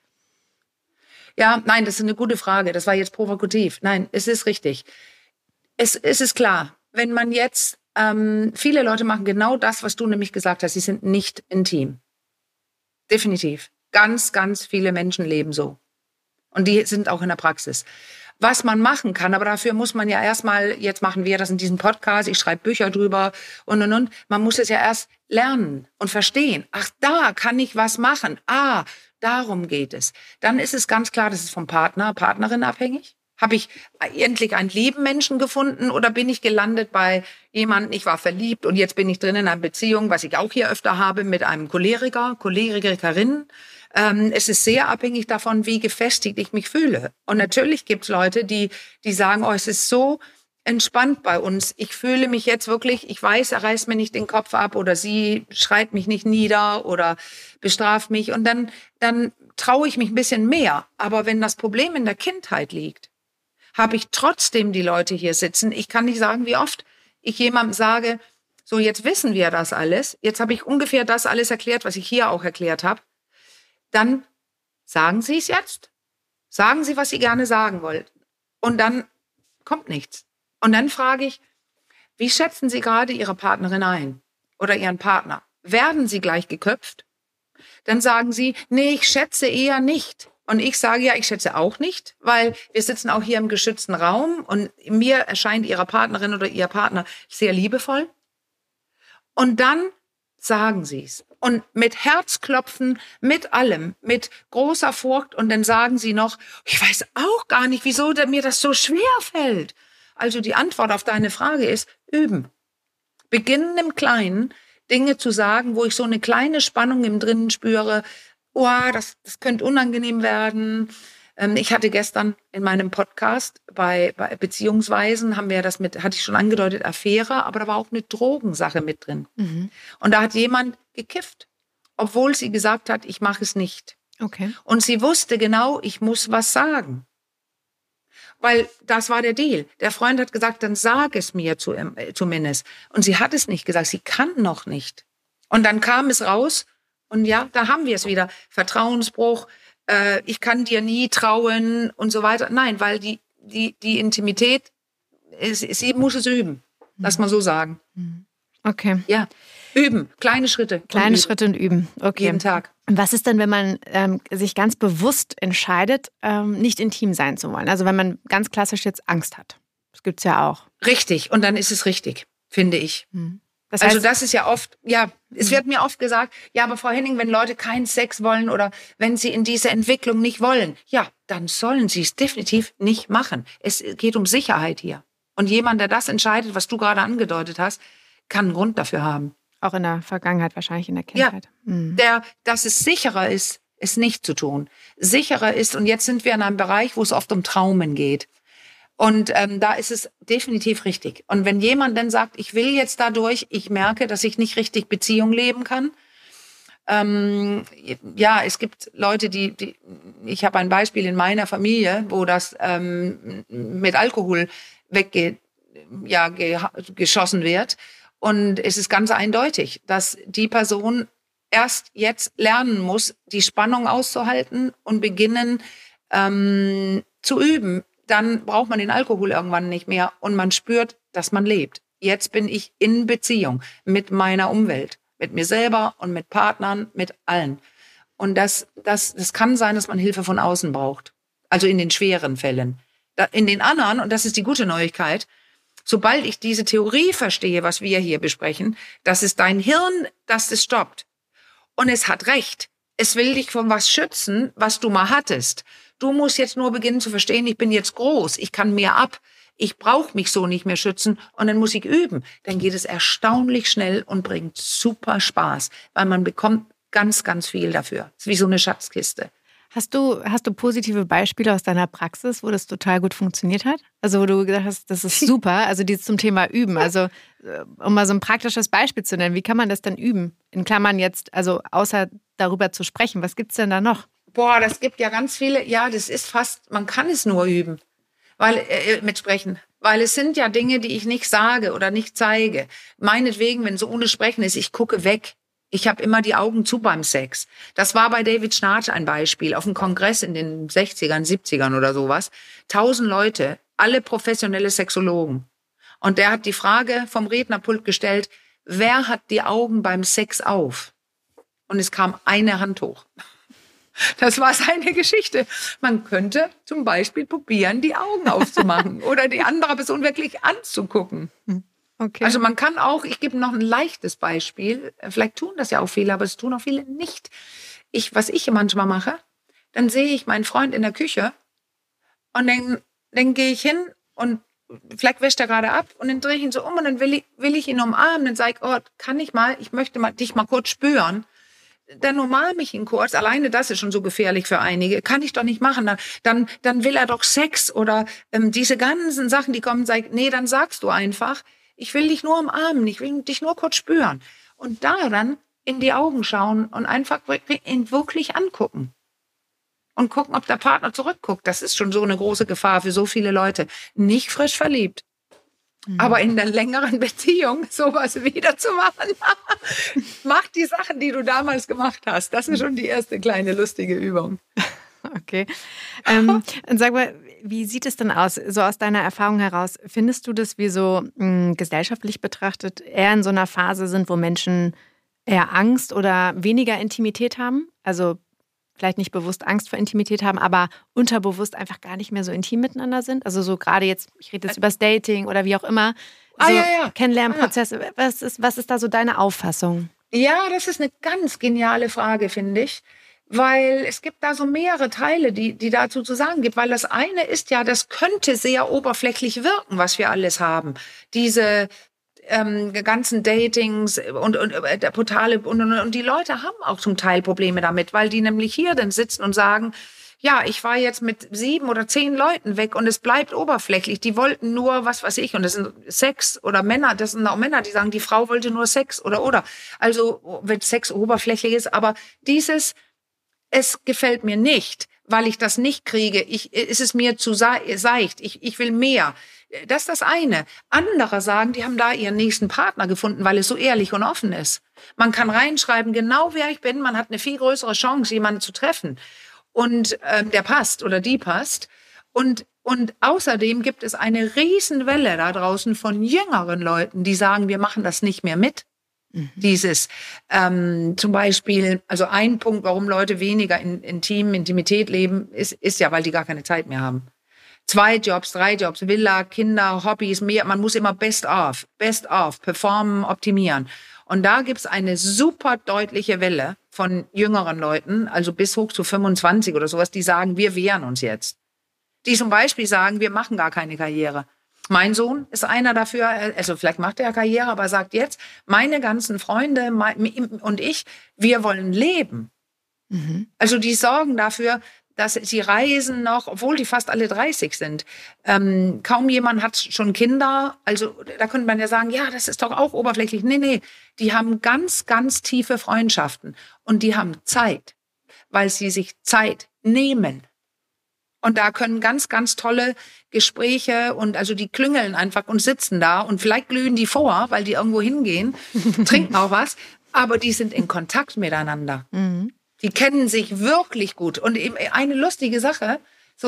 Ja, nein, das ist eine gute Frage. Das war jetzt provokativ. Nein, es ist richtig. Es ist klar, wenn man jetzt, viele Leute machen genau das, was du nämlich gesagt hast, sie sind nicht intim. Definitiv. Ganz, ganz viele Menschen leben so. Und die sind auch in der Praxis. was man machen kann. Aber dafür muss man ja erstmal, jetzt machen wir das in diesem Podcast, ich schreibe Bücher drüber und. Man muss es ja erst lernen und verstehen. Ach, da kann ich was machen. Ah, darum geht es. Dann ist es ganz klar, das ist vom Partner, Partnerin abhängig. Habe ich endlich einen lieben Menschen gefunden oder bin ich gelandet bei jemandem, ich war verliebt und jetzt bin ich drin in einer Beziehung, was ich auch hier öfter habe, mit einem Cholerikerin. Es ist sehr abhängig davon, wie gefestigt ich mich fühle. Und natürlich gibt es Leute, die sagen, oh, es ist so entspannt bei uns. Ich fühle mich jetzt wirklich, ich weiß, er reißt mir nicht den Kopf ab oder sie schreit mich nicht nieder oder bestraft mich. Und dann traue ich mich ein bisschen mehr. Aber wenn das Problem in der Kindheit liegt, habe ich trotzdem die Leute hier sitzen. Ich kann nicht sagen, wie oft ich jemandem sage, so jetzt wissen wir das alles. Jetzt habe ich ungefähr das alles erklärt, was ich hier auch erklärt habe. Dann sagen Sie es jetzt. Sagen Sie, was Sie gerne sagen wollten. Und dann kommt nichts. Und dann frage ich, wie schätzen Sie gerade Ihre Partnerin ein oder Ihren Partner? Werden Sie gleich geköpft? Dann sagen Sie, nee, ich schätze eher nicht. Und ich sage ja, ich schätze auch nicht, weil wir sitzen auch hier im geschützten Raum und mir erscheint Ihre Partnerin oder Ihr Partner sehr liebevoll. Und dann sagen Sie es. Und mit Herzklopfen, mit allem, mit großer Furcht. Und dann sagen Sie noch, ich weiß auch gar nicht, wieso mir das so schwer fällt. Also die Antwort auf deine Frage ist, üben. Beginnen im Kleinen, Dinge zu sagen, wo ich so eine kleine Spannung im Drinnen spüre. Oh, das könnte unangenehm werden. Ich hatte gestern in meinem Podcast bei Beziehungsweisen, hatte ich schon angedeutet, Affäre, aber da war auch eine Drogensache mit drin. Mhm. Und da hat jemand gekifft, obwohl sie gesagt hat, ich mache es nicht. Okay. Und sie wusste genau, ich muss was sagen. Weil das war der Deal. Der Freund hat gesagt, dann sag es mir zumindest. Und sie hat es nicht gesagt, sie kann noch nicht. Und dann kam es raus und ja, da haben wir es wieder. Vertrauensbruch, ich kann dir nie trauen und so weiter. Nein, weil die Intimität, sie muss es üben. Lass mal so sagen. Okay. Ja, üben. Kleine Schritte. Kleine Schritte und üben. Okay. Jeden Tag. Und was ist denn, wenn man sich ganz bewusst entscheidet, nicht intim sein zu wollen? Also wenn man ganz klassisch jetzt Angst hat. Das gibt's ja auch. Richtig. Und dann ist es richtig, finde ich. Das heißt, also das ist ja oft, ja, es wird mir oft gesagt, ja, aber Frau Henning, wenn Leute keinen Sex wollen oder wenn sie in diese Entwicklung nicht wollen, ja, dann sollen sie es definitiv nicht machen. Es geht um Sicherheit hier. Und jemand, der das entscheidet, was du gerade angedeutet hast, kann einen Grund dafür haben. Auch in der Vergangenheit, wahrscheinlich in der Kindheit. Ja, dass es sicherer ist, es nicht zu tun. Sicherer ist, und jetzt sind wir in einem Bereich, wo es oft um Traumen geht. Und da ist es definitiv richtig. Und wenn jemand dann sagt, ich will jetzt dadurch, ich merke, dass ich nicht richtig Beziehung leben kann. Ja, es gibt Leute, ich habe ein Beispiel in meiner Familie, wo das mit Alkohol geschossen wird. Und es ist ganz eindeutig, dass die Person erst jetzt lernen muss, die Spannung auszuhalten und beginnen zu üben. Dann braucht man den Alkohol irgendwann nicht mehr und man spürt, dass man lebt. Jetzt bin ich in Beziehung mit meiner Umwelt, mit mir selber und mit Partnern, mit allen. Und das kann sein, dass man Hilfe von außen braucht. Also in den schweren Fällen. In den anderen, und das ist die gute Neuigkeit, sobald ich diese Theorie verstehe, was wir hier besprechen, das ist dein Hirn, das es stoppt. Und es hat recht. Es will dich von was schützen, was du mal hattest. Du musst jetzt nur beginnen zu verstehen, ich bin jetzt groß, ich kann mehr ab, ich brauche mich so nicht mehr schützen und dann muss ich üben. Dann geht es erstaunlich schnell und bringt super Spaß, weil man bekommt ganz, ganz viel dafür. Es ist wie so eine Schatzkiste. Hast du positive Beispiele aus deiner Praxis, wo das total gut funktioniert hat? Also wo du gesagt hast, das ist super, also die zum Thema Üben. Also um mal so ein praktisches Beispiel zu nennen, wie kann man das denn üben? In Klammern jetzt, also außer darüber zu sprechen, was gibt's denn da noch? Boah, das gibt ja ganz viele, ja, das ist fast, man kann es nur üben, mit Sprechen. Weil es sind ja Dinge, die ich nicht sage oder nicht zeige. Meinetwegen, wenn so ohne Sprechen ist, ich gucke weg. Ich habe immer die Augen zu beim Sex. Das war bei David Schnarch ein Beispiel, auf einem Kongress in den 60ern, 70ern oder sowas. 1000 Leute, alle professionelle Sexologen. Und der hat die Frage vom Rednerpult gestellt, wer hat die Augen beim Sex auf? Und es kam eine Hand hoch. Das war seine Geschichte. Man könnte zum Beispiel probieren, die Augen aufzumachen oder die andere Person wirklich anzugucken. Okay. Also man kann auch, ich gebe noch ein leichtes Beispiel, vielleicht tun das ja auch viele, aber es tun auch viele nicht. Was ich manchmal mache, dann sehe ich meinen Freund in der Küche und dann gehe ich hin und vielleicht wäscht er gerade ab und dann drehe ich ihn so um und dann will ich ihn umarmen. Dann sage ich, oh, ich möchte dich mal kurz spüren. Dann umarme ich ihn kurz. Alleine das ist schon so gefährlich für einige. Kann ich doch nicht machen. Dann will er doch Sex oder diese ganzen Sachen, die kommen, nee, dann sagst du einfach, ich will dich nur umarmen, ich will dich nur kurz spüren. Und da dann in die Augen schauen und einfach ihn wirklich angucken. Und gucken, ob der Partner zurückguckt. Das ist schon so eine große Gefahr für so viele Leute. Nicht frisch verliebt. Aber in der längeren Beziehung sowas wieder zu machen. Mach die Sachen, die du damals gemacht hast. Das ist schon die erste kleine lustige Übung. Okay. Und sag mal, wie sieht es denn aus, so aus deiner Erfahrung heraus? Findest du, dass wir so gesellschaftlich betrachtet eher in so einer Phase sind, wo Menschen eher Angst oder weniger Intimität haben? Also vielleicht nicht bewusst Angst vor Intimität haben, aber unterbewusst einfach gar nicht mehr so intim miteinander sind? Also so gerade jetzt, ich rede jetzt über das Dating oder wie auch immer, so Kennenlernprozesse. Was ist da so deine Auffassung? Ja, das ist eine ganz geniale Frage, finde ich. Weil es gibt da so mehrere Teile, die dazu zu sagen gibt. Weil das eine ist ja, das könnte sehr oberflächlich wirken, was wir alles haben. Diese ganzen Datings und Portale und die Leute haben auch zum Teil Probleme damit, weil die nämlich hier dann sitzen und sagen, ja, ich war jetzt mit 7 oder 10 Leuten weg und es bleibt oberflächlich. Die wollten nur, was weiß ich, und das sind Sex oder Männer, das sind auch Männer, die sagen, die Frau wollte nur Sex oder. Also, wenn Sex oberflächlich ist, aber es gefällt mir nicht, weil ich das nicht kriege. Es ist mir zu seicht. Ich will mehr. Das ist das eine. Andere sagen, die haben da ihren nächsten Partner gefunden, weil es so ehrlich und offen ist. Man kann reinschreiben, genau wer ich bin. Man hat eine viel größere Chance, jemanden zu treffen. Und der passt oder die passt. Und außerdem gibt es eine Riesenwelle da draußen von jüngeren Leuten, die sagen, wir machen das nicht mehr mit. Dieses zum Beispiel, also ein Punkt, warum Leute weniger Intimität leben, ist ja, weil die gar keine Zeit mehr haben. 2 Jobs, 3 Jobs, Villa, Kinder, Hobbys, mehr. Man muss immer best of, performen, optimieren. Und da gibt's eine super deutliche Welle von jüngeren Leuten, also bis hoch zu 25 oder sowas, die sagen, wir wehren uns jetzt. Die zum Beispiel sagen, wir machen gar keine Karriere. Mein Sohn ist einer dafür, also vielleicht macht er Karriere, aber sagt jetzt, meine ganzen Freunde und ich, wir wollen leben. Also die sorgen dafür, dass sie reisen noch, obwohl die fast alle 30 sind. Kaum jemand hat schon Kinder. Also da könnte man ja sagen, ja, das ist doch auch oberflächlich. Nee, die haben ganz, ganz tiefe Freundschaften. Und die haben Zeit, weil sie sich Zeit nehmen. Und da können ganz, ganz tolle Gespräche und also die klüngeln einfach und sitzen da und vielleicht glühen die vor, weil die irgendwo hingehen, trinken auch was, aber die sind in Kontakt miteinander. Die kennen sich wirklich gut. Und eben eine lustige Sache,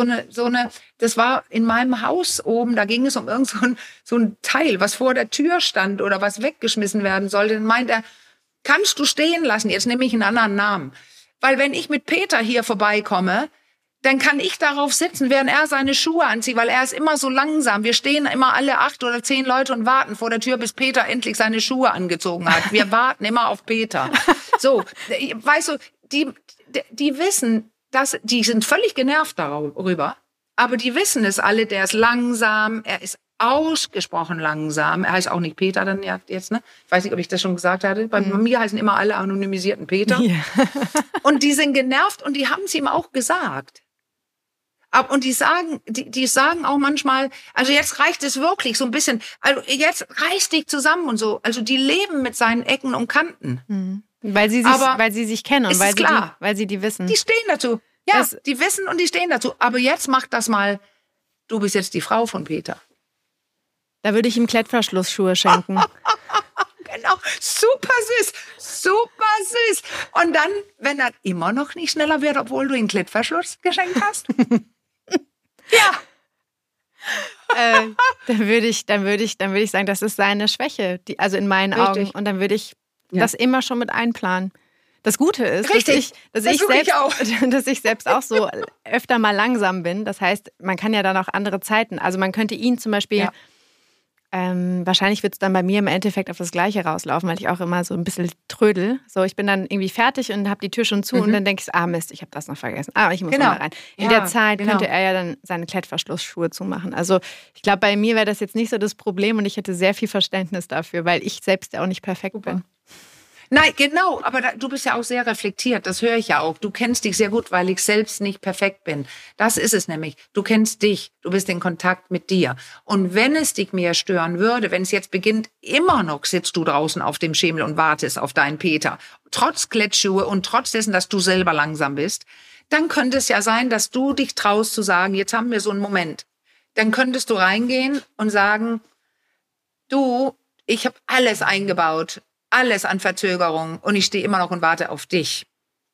das war in meinem Haus oben, da ging es um so ein Teil, was vor der Tür stand oder was weggeschmissen werden sollte. Dann meint er, kannst du stehen lassen? Jetzt nehme ich einen anderen Namen. Weil wenn ich mit Peter hier vorbeikomme, dann kann ich darauf sitzen, während er seine Schuhe anzieht, weil er ist immer so langsam. Wir stehen immer alle 8 oder 10 Leute und warten vor der Tür, bis Peter endlich seine Schuhe angezogen hat. Wir warten immer auf Peter. So, weißt du, die wissen, die sind völlig genervt darüber, aber die wissen es alle, der ist langsam, er ist ausgesprochen langsam. Er heißt auch nicht Peter dann jetzt, ne? Ich weiß nicht, ob ich das schon gesagt hatte. Bei mir heißen immer alle anonymisierten Peter. Yeah. Und die sind genervt und die haben es ihm auch gesagt. Und die sagen auch manchmal, also jetzt reicht es wirklich so ein bisschen, also jetzt reiß dich zusammen und so. Also die leben mit seinen Ecken und Kanten. Weil sie sich kennen und weil sie die wissen. Die stehen dazu. Ja, die wissen und die stehen dazu. Aber jetzt mach das mal, du bist jetzt die Frau von Peter. Da würde ich ihm Klettverschlussschuhe schenken. Genau, super süß. Und dann, wenn er immer noch nicht schneller wird, obwohl du ihn Klettverschluss geschenkt hast. Ja. Dann würde ich sagen, das ist seine Schwäche, also in meinen Augen. Und dann würde ich das immer schon mit einplanen. Das Gute ist, dass ich selbst auch so öfter mal langsam bin. Das heißt, man kann ja dann auch andere Zeiten. Also man könnte ihn zum Beispiel, wahrscheinlich wird es dann bei mir im Endeffekt auf das Gleiche rauslaufen, weil ich auch immer so ein bisschen trödel. So, ich bin dann irgendwie fertig und habe die Tür schon zu und dann denke ich, Mist, ich habe das noch vergessen. Ich muss noch mal rein. In der Zeit könnte er ja dann seine Klettverschlussschuhe zumachen. Also ich glaube, bei mir wäre das jetzt nicht so das Problem und ich hätte sehr viel Verständnis dafür, weil ich selbst ja auch nicht perfekt bin. Nein, genau, aber du bist ja auch sehr reflektiert, das höre ich ja auch. Du kennst dich sehr gut, weil ich selbst nicht perfekt bin. Das ist es nämlich. Du kennst dich, du bist in Kontakt mit dir. Und wenn es dich mehr stören würde, wenn es jetzt beginnt, immer noch sitzt du draußen auf dem Schemel und wartest auf deinen Peter, trotz Klettschuhe und trotz dessen, dass du selber langsam bist, dann könnte es ja sein, dass du dich traust zu sagen, jetzt haben wir so einen Moment. Dann könntest du reingehen und sagen, du, ich habe alles eingebaut. Alles an Verzögerung und ich stehe immer noch und warte auf dich.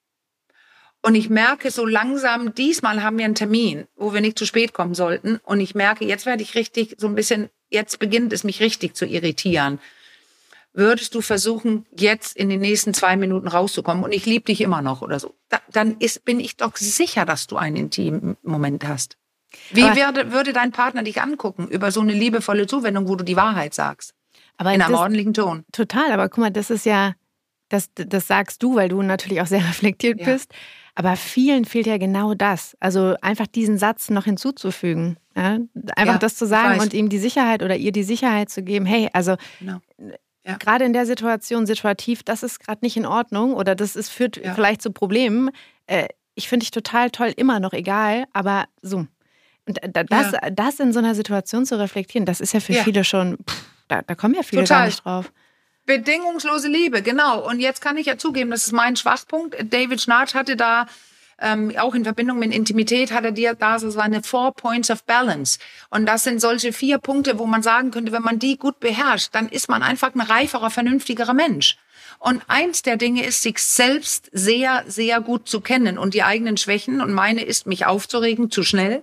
Und ich merke so langsam, diesmal haben wir einen Termin, wo wir nicht zu spät kommen sollten. Und ich merke, jetzt werde ich richtig so ein bisschen, jetzt beginnt es mich richtig zu irritieren. Würdest du versuchen, jetzt in den nächsten 2 Minuten rauszukommen und ich liebe dich immer noch oder so? Dann bin ich doch sicher, dass du einen intimen Moment hast. Wie würde dein Partner dich angucken über so eine liebevolle Zuwendung, wo du die Wahrheit sagst? Aber in einem ordentlichen Ton. Total, aber guck mal, das ist ja, das sagst du, weil du natürlich auch sehr reflektiert bist. Aber vielen fehlt ja genau das. Also einfach diesen Satz noch hinzuzufügen. Ja? Einfach das zu sagen und ihm die Sicherheit oder ihr die Sicherheit zu geben, hey, also gerade in der Situation, situativ, das ist gerade nicht in Ordnung oder das führt vielleicht zu Problemen. Ich finde dich total toll, immer noch egal, aber so. Und das in so einer Situation zu reflektieren, das ist ja für viele schon... Da kommen ja viele gar nicht drauf. Bedingungslose Liebe, genau. Und jetzt kann ich ja zugeben, das ist mein Schwachpunkt. David Schnarch hatte da, auch in Verbindung mit Intimität, hatte dir da so seine 4 Points of Balance. Und das sind solche 4 Punkte, wo man sagen könnte, wenn man die gut beherrscht, dann ist man einfach ein reiferer, vernünftigerer Mensch. Und eins der Dinge ist, sich selbst sehr, sehr gut zu kennen und die eigenen Schwächen. Und meine ist, mich aufzuregen, zu schnell.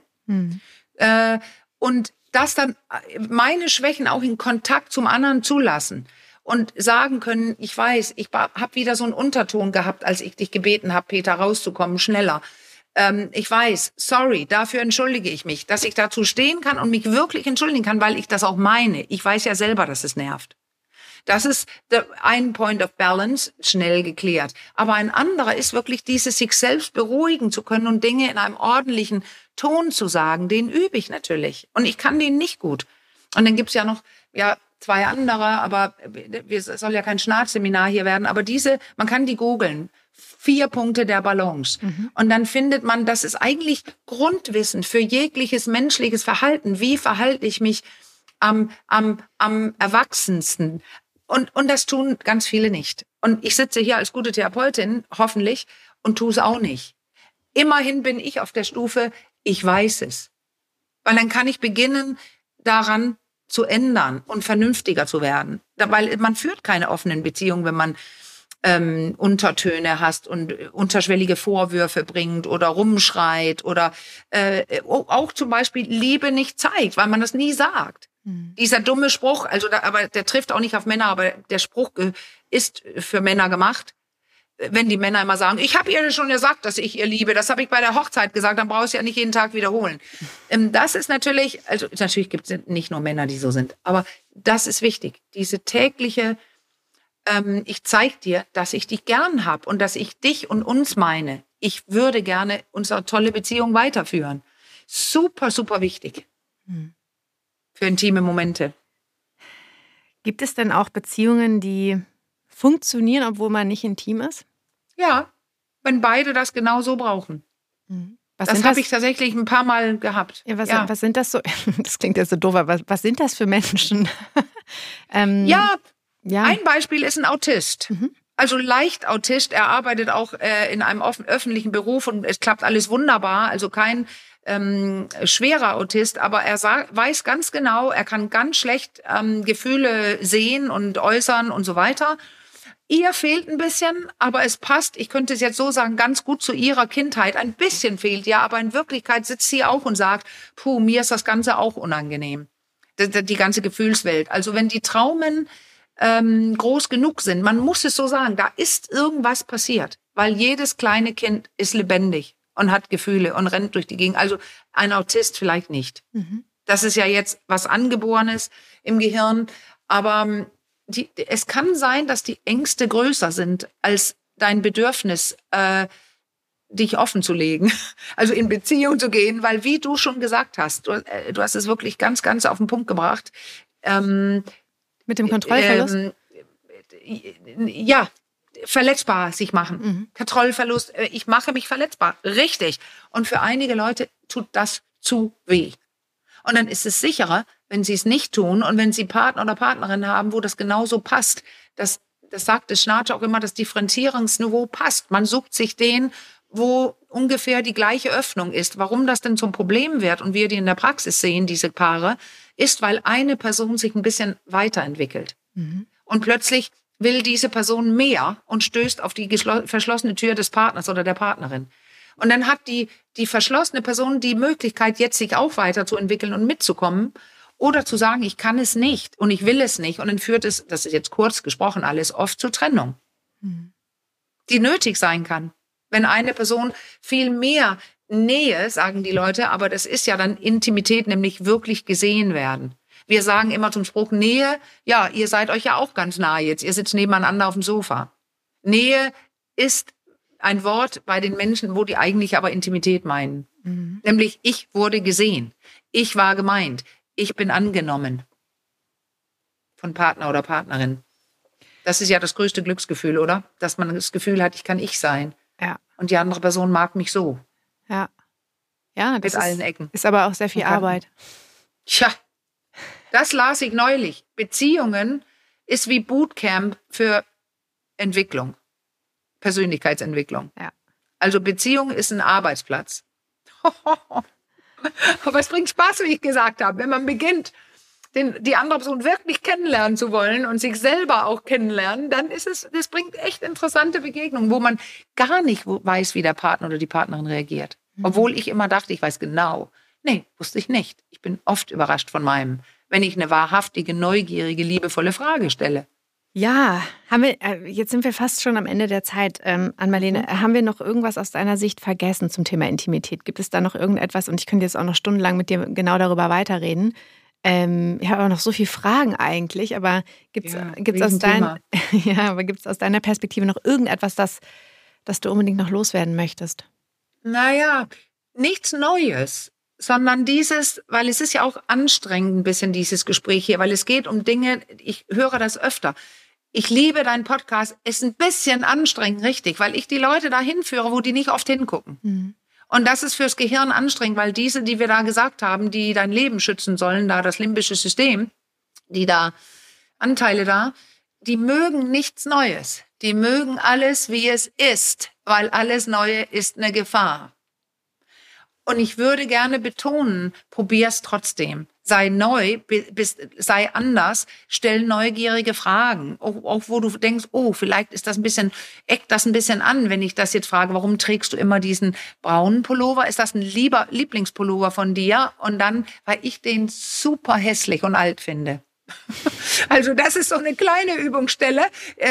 Und dass dann meine Schwächen auch in Kontakt zum anderen zulassen und sagen können, ich weiß, ich habe wieder so einen Unterton gehabt, als ich dich gebeten habe, Peter, rauszukommen, schneller. Ich weiß, sorry, dafür entschuldige ich mich, dass ich dazu stehen kann und mich wirklich entschuldigen kann, weil ich das auch meine. Ich weiß ja selber, dass es nervt. Das ist ein Point of Balance, schnell geklärt. Aber ein anderer ist wirklich dieses, sich selbst beruhigen zu können und Dinge in einem ordentlichen Ton zu sagen. Den übe ich natürlich. Und ich kann den nicht gut. Und dann gibt's ja noch 2 andere, aber es soll ja kein Schnarchseminar hier werden. Aber man kann die googeln. 4 Punkte der Balance. Und dann findet man, das ist eigentlich Grundwissen für jegliches menschliches Verhalten. Wie verhalte ich mich am erwachsensten? Und das tun ganz viele nicht. Und ich sitze hier als gute Therapeutin, hoffentlich, und tue es auch nicht. Immerhin bin ich auf der Stufe, ich weiß es. Weil dann kann ich beginnen, daran zu ändern und vernünftiger zu werden. Weil man führt keine offenen Beziehungen, wenn man Untertöne hast und unterschwellige Vorwürfe bringt oder rumschreit oder auch zum Beispiel Liebe nicht zeigt, weil man das nie sagt. Dieser dumme Spruch, aber der trifft auch nicht auf Männer, aber der Spruch ist für Männer gemacht. Wenn die Männer immer sagen, ich habe ihr schon gesagt, dass ich ihr liebe, das habe ich bei der Hochzeit gesagt, dann brauchst du ja nicht jeden Tag wiederholen. Das ist natürlich gibt es nicht nur Männer, die so sind, aber das ist wichtig. Diese tägliche, ich zeig dir, dass ich dich gern habe und dass ich dich und uns meine. Ich würde gerne unsere tolle Beziehung weiterführen. Super, super wichtig. Für intime Momente. Gibt es denn auch Beziehungen, die funktionieren, obwohl man nicht intim ist? Ja, wenn beide das genau so brauchen. Das habe ich tatsächlich ein paar Mal gehabt. Ja, was sind das so? Das klingt jetzt so doof, aber was sind das für Menschen? Ein Beispiel ist ein Autist. Also leicht Autist. Er arbeitet auch in einem öffentlichen Beruf und es klappt alles wunderbar. Also kein schwerer Autist, aber er weiß ganz genau, er kann ganz schlecht Gefühle sehen und äußern und so weiter. Ihr fehlt ein bisschen, aber es passt, ich könnte es jetzt so sagen, ganz gut zu ihrer Kindheit. Ein bisschen fehlt ja, aber in Wirklichkeit sitzt sie auch und sagt, mir ist das Ganze auch unangenehm. Die ganze Gefühlswelt. Also wenn die Traumen groß genug sind. Man muss es so sagen, da ist irgendwas passiert, weil jedes kleine Kind ist lebendig und hat Gefühle und rennt durch die Gegend. Also ein Autist vielleicht nicht. Das ist ja jetzt was Angeborenes im Gehirn, aber es kann sein, dass die Ängste größer sind als dein Bedürfnis, dich offen zu legen, also in Beziehung zu gehen, weil wie du schon gesagt hast, du hast es wirklich ganz, ganz auf den Punkt gebracht. Mit dem Kontrollverlust? Ja, verletzbar sich machen. Kontrollverlust, ich mache mich verletzbar. Richtig. Und für einige Leute tut das zu weh. Und dann ist es sicherer, wenn sie es nicht tun und wenn sie Partner oder Partnerin haben, wo das genauso passt. Das sagt Schnarch auch immer, das Differenzierungsniveau passt. Man sucht sich den, wo ungefähr die gleiche Öffnung ist. Warum das denn zum Problem wird und wir die in der Praxis sehen, diese Paare, ist, weil eine Person sich ein bisschen weiterentwickelt. Und plötzlich will diese Person mehr und stößt auf die verschlossene Tür des Partners oder der Partnerin. Und dann hat die verschlossene Person die Möglichkeit, jetzt sich auch weiterzuentwickeln und mitzukommen oder zu sagen, ich kann es nicht und ich will es nicht. Und dann führt es, das ist jetzt kurz gesprochen alles, oft zur Trennung, die nötig sein kann. Wenn eine Person viel mehr Nähe, sagen die Leute, aber das ist ja dann Intimität, nämlich wirklich gesehen werden. Wir sagen immer zum Spruch, Nähe, ja, ihr seid euch ja auch ganz nah jetzt, ihr sitzt nebeneinander auf dem Sofa. Nähe ist ein Wort bei den Menschen, wo die eigentlich aber Intimität meinen. Nämlich, ich wurde gesehen, ich war gemeint, ich bin angenommen von Partner oder Partnerin. Das ist ja das größte Glücksgefühl, oder? Dass man das Gefühl hat, ich kann ich sein. Ja. Und die andere Person mag mich so. Ja. Ja, das mit allen Ecken. Ist aber auch sehr viel Arbeit. Tja, das las ich neulich. Beziehungen ist wie Bootcamp für Entwicklung, Persönlichkeitsentwicklung. Ja. Also Beziehung ist ein Arbeitsplatz. Aber es bringt Spaß, wie ich gesagt habe. Wenn man beginnt, die andere Person wirklich kennenlernen zu wollen und sich selber auch kennenlernen, dann das bringt echt interessante Begegnungen, wo man gar nicht weiß, wie der Partner oder die Partnerin reagiert. Obwohl ich immer dachte, ich weiß genau. Nee, wusste ich nicht. Ich bin oft überrascht von meinem, wenn ich eine wahrhaftige, neugierige, liebevolle Frage stelle. Ja, jetzt sind wir fast schon am Ende der Zeit. Ann-Marlene, haben wir noch irgendwas aus deiner Sicht vergessen zum Thema Intimität? Gibt es da noch irgendetwas? Und ich könnte jetzt auch noch stundenlang mit dir genau darüber weiterreden. Ich habe auch noch so viele Fragen eigentlich, aber gibt's aus deiner Perspektive noch irgendetwas, das du unbedingt noch loswerden möchtest? Naja, nichts Neues, sondern weil es ist ja auch anstrengend ein bisschen dieses Gespräch hier, weil es geht um Dinge, ich höre das öfter. Ich liebe deinen Podcast, ist ein bisschen anstrengend, richtig, weil ich die Leute da hinführe, wo die nicht oft hingucken. Und das ist fürs Gehirn anstrengend, weil diese, die wir da gesagt haben, die dein Leben schützen sollen, da das limbische System, die da Anteile da, die mögen nichts Neues. Die mögen alles, wie es ist, weil alles Neue ist eine Gefahr. Und ich würde gerne betonen, probier's trotzdem. Sei neu, sei anders, stell neugierige Fragen. Auch wo du denkst, oh, vielleicht ist das eckt das ein bisschen an, wenn ich das jetzt frage, warum trägst du immer diesen braunen Pullover? Ist das ein Lieblingspullover von dir? Und dann, weil ich den super hässlich und alt finde. Also das ist so eine kleine Übungsstelle.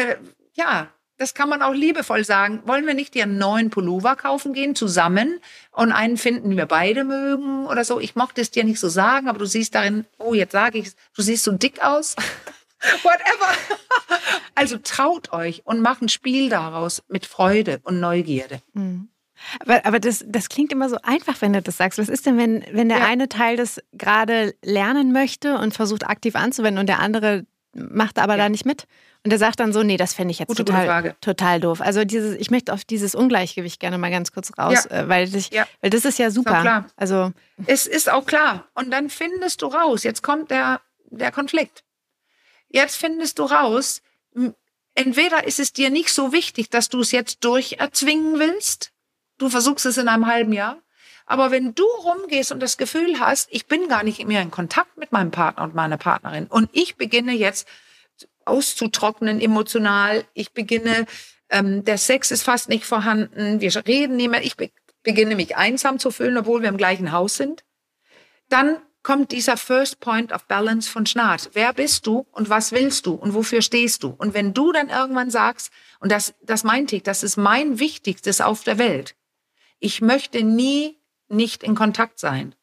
Das kann man auch liebevoll sagen. Wollen wir nicht dir einen neuen Pullover kaufen gehen, zusammen und einen finden, den wir beide mögen oder so? Ich mochte es dir nicht so sagen, aber du siehst darin, oh, jetzt sage ich es, du siehst so dick aus. Whatever. Also traut euch und macht ein Spiel daraus mit Freude und Neugierde. Aber das klingt immer so einfach, wenn du das sagst. Was ist denn, wenn der eine Teil das gerade lernen möchte und versucht aktiv anzuwenden und der andere macht aber da nicht mit? Und der sagt dann so, nee, das fände ich jetzt total doof. Also ich möchte auf dieses Ungleichgewicht gerne mal ganz kurz raus, weil das ist ja super. Ist auch klar. Also es ist auch klar. Und dann findest du raus, jetzt kommt der Konflikt. Jetzt findest du raus, entweder ist es dir nicht so wichtig, dass du es jetzt durcherzwingen willst, du versuchst es in einem halben Jahr, aber wenn du rumgehst und das Gefühl hast, ich bin gar nicht mehr in Kontakt mit meinem Partner und meiner Partnerin und ich beginne jetzt auszutrocknen emotional, ich beginne, der Sex ist fast nicht vorhanden, wir reden nicht mehr, ich beginne mich einsam zu fühlen, obwohl wir im gleichen Haus sind, dann kommt dieser First Point of Balance von Schnarch. Wer bist du und was willst du und wofür stehst du? Und wenn du dann irgendwann sagst, und das meinte ich, das ist mein Wichtigstes auf der Welt, ich möchte nie nicht in Kontakt sein.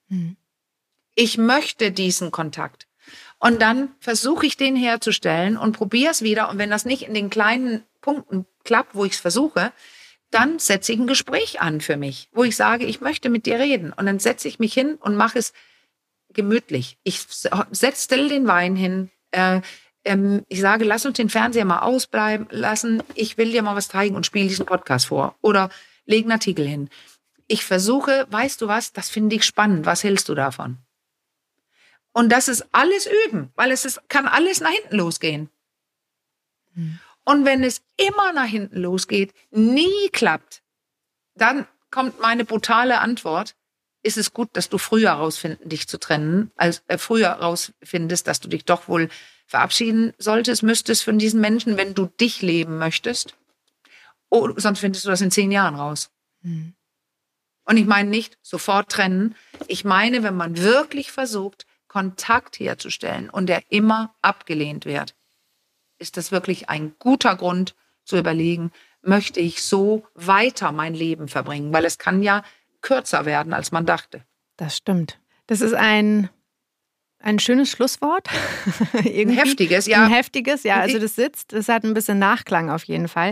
Ich möchte diesen Kontakt. Und dann versuche ich den herzustellen und probiere es wieder. Und wenn das nicht in den kleinen Punkten klappt, wo ich es versuche, dann setze ich ein Gespräch an für mich, wo ich sage, ich möchte mit dir reden. Und dann setze ich mich hin und mache es gemütlich. Ich stelle den Wein hin. Ich sage, lass uns den Fernseher mal ausbleiben lassen. Ich will dir mal was zeigen und spiele diesen Podcast vor. Oder lege einen Artikel hin. Ich versuche, weißt du was, das finde ich spannend. Was hältst du davon? Und das ist alles üben, weil kann alles nach hinten losgehen. Und wenn es immer nach hinten losgeht, nie klappt, dann kommt meine brutale Antwort, ist es gut, dass du früher rausfindest, dich zu trennen, als früher rausfindest, dass du dich doch wohl verabschieden müsstest von diesen Menschen, wenn du dich leben möchtest. Oh, sonst findest du das in 10 Jahren raus. Und ich meine nicht sofort trennen. Ich meine, wenn man wirklich versucht, Kontakt herzustellen und der immer abgelehnt wird, ist das wirklich ein guter Grund zu überlegen, möchte ich so weiter mein Leben verbringen? Weil es kann ja kürzer werden, als man dachte. Das stimmt. Das ist ein schönes Schlusswort. Ein heftiges, ja. Ein heftiges, ja. Also das sitzt, das hat ein bisschen Nachklang auf jeden Fall.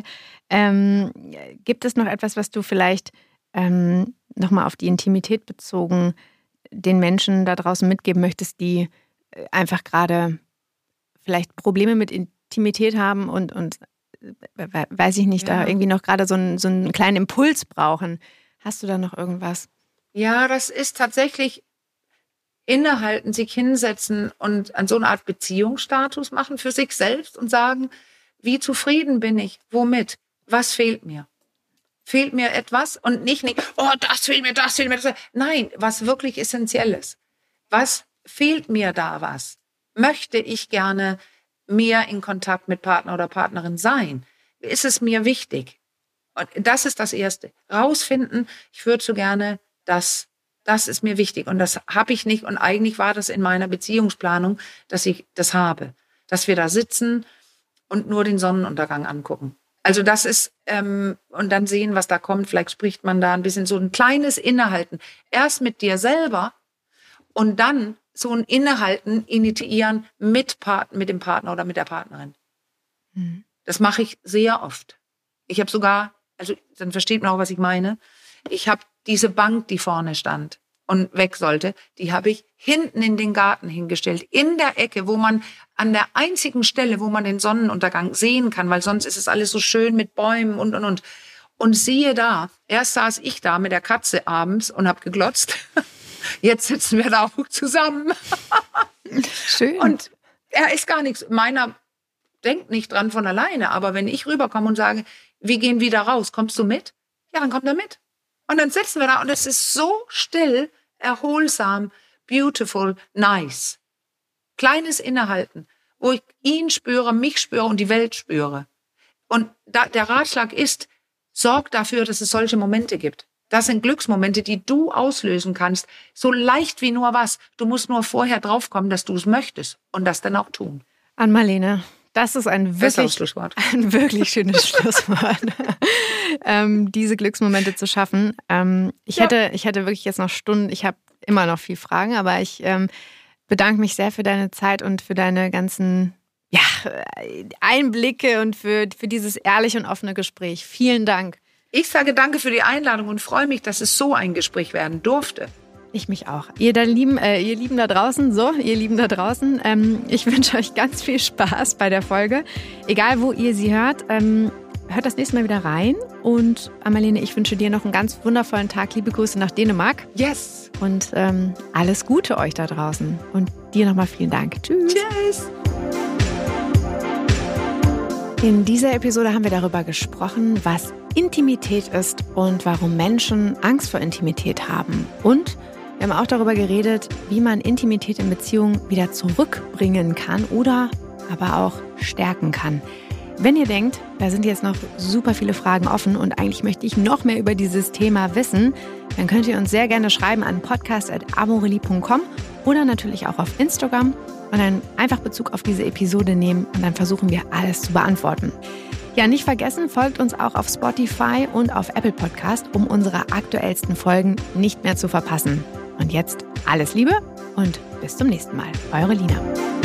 Gibt es noch etwas, was du vielleicht nochmal auf die Intimität bezogen den Menschen da draußen mitgeben möchtest, die einfach gerade vielleicht Probleme mit Intimität haben und weiß ich nicht, da irgendwie noch gerade so einen kleinen Impuls brauchen? Hast du da noch irgendwas? Ja, das ist tatsächlich innehalten, sich hinsetzen und an so eine Art Beziehungsstatus machen für sich selbst und sagen, wie zufrieden bin ich? Womit? Was fehlt mir? Fehlt mir etwas? Und nicht, oh, das fehlt mir, das fehlt mir. Das. Nein, was wirklich Essentielles. Was fehlt mir da was? Möchte ich gerne mehr in Kontakt mit Partner oder Partnerin sein? Ist es mir wichtig? Und das ist das Erste. Rausfinden, ich würde so gerne, das ist mir wichtig. Und das habe ich nicht. Und eigentlich war das in meiner Beziehungsplanung, dass ich das habe. Dass wir da sitzen und nur den Sonnenuntergang angucken. Also das ist, und dann sehen, was da kommt. Vielleicht spricht man da ein bisschen so ein kleines Innehalten. Erst mit dir selber und dann so ein Innehalten initiieren mit dem Partner oder mit der Partnerin. Das mache ich sehr oft. Ich habe sogar, also dann versteht man auch, was ich meine. Ich habe diese Bank, die vorne stand und weg sollte, die habe ich hinten in den Garten hingestellt, in der Ecke, wo man an der einzigen Stelle, wo man den Sonnenuntergang sehen kann, weil sonst ist es alles so schön mit Bäumen und. Und siehe da, erst saß ich da mit der Katze abends und habe geglotzt. Jetzt sitzen wir da auch zusammen. Schön. Und er ist gar nichts. Meiner denkt nicht dran von alleine. Aber wenn ich rüberkomme und sage, wir gehen wieder raus, kommst du mit? Ja, dann kommt er mit. Und dann sitzen wir da und es ist so still, erholsam, beautiful, nice. Kleines Innehalten, wo ich ihn spüre, mich spüre und die Welt spüre. Und der Ratschlag ist, sorg dafür, dass es solche Momente gibt. Das sind Glücksmomente, die du auslösen kannst. So leicht wie nur was. Du musst nur vorher draufkommen, dass du es möchtest und das dann auch tun. Ann-Marlene, das ist ein wirklich schönes Schlusswort. Diese Glücksmomente zu schaffen. Ich hätte wirklich jetzt noch Stunden, ich habe immer noch viel Fragen, aber ich bedanke mich sehr für deine Zeit und für deine ganzen Einblicke und für dieses ehrliche und offene Gespräch. Vielen Dank. Ich sage danke für die Einladung und freue mich, dass es so ein Gespräch werden durfte. Ich mich auch. Ihr Lieben da draußen, ich wünsche euch ganz viel Spaß bei der Folge. Egal, wo ihr sie hört, hört das nächste Mal wieder rein. Und Ann-Marlene, ich wünsche dir noch einen ganz wundervollen Tag. Liebe Grüße nach Dänemark. Yes. Und alles Gute euch da draußen. Und dir nochmal vielen Dank. Tschüss. Tschüss. In dieser Episode haben wir darüber gesprochen, was Intimität ist und warum Menschen Angst vor Intimität haben. Und wir haben auch darüber geredet, wie man Intimität in Beziehungen wieder zurückbringen kann oder aber auch stärken kann. Wenn ihr denkt, da sind jetzt noch super viele Fragen offen und eigentlich möchte ich noch mehr über dieses Thema wissen, dann könnt ihr uns sehr gerne schreiben an podcast@amorelie.com oder natürlich auch auf Instagram und dann einfach Bezug auf diese Episode nehmen und dann versuchen wir alles zu beantworten. Ja, nicht vergessen, folgt uns auch auf Spotify und auf Apple Podcast, um unsere aktuellsten Folgen nicht mehr zu verpassen. Und jetzt alles Liebe und bis zum nächsten Mal. Eure Lina.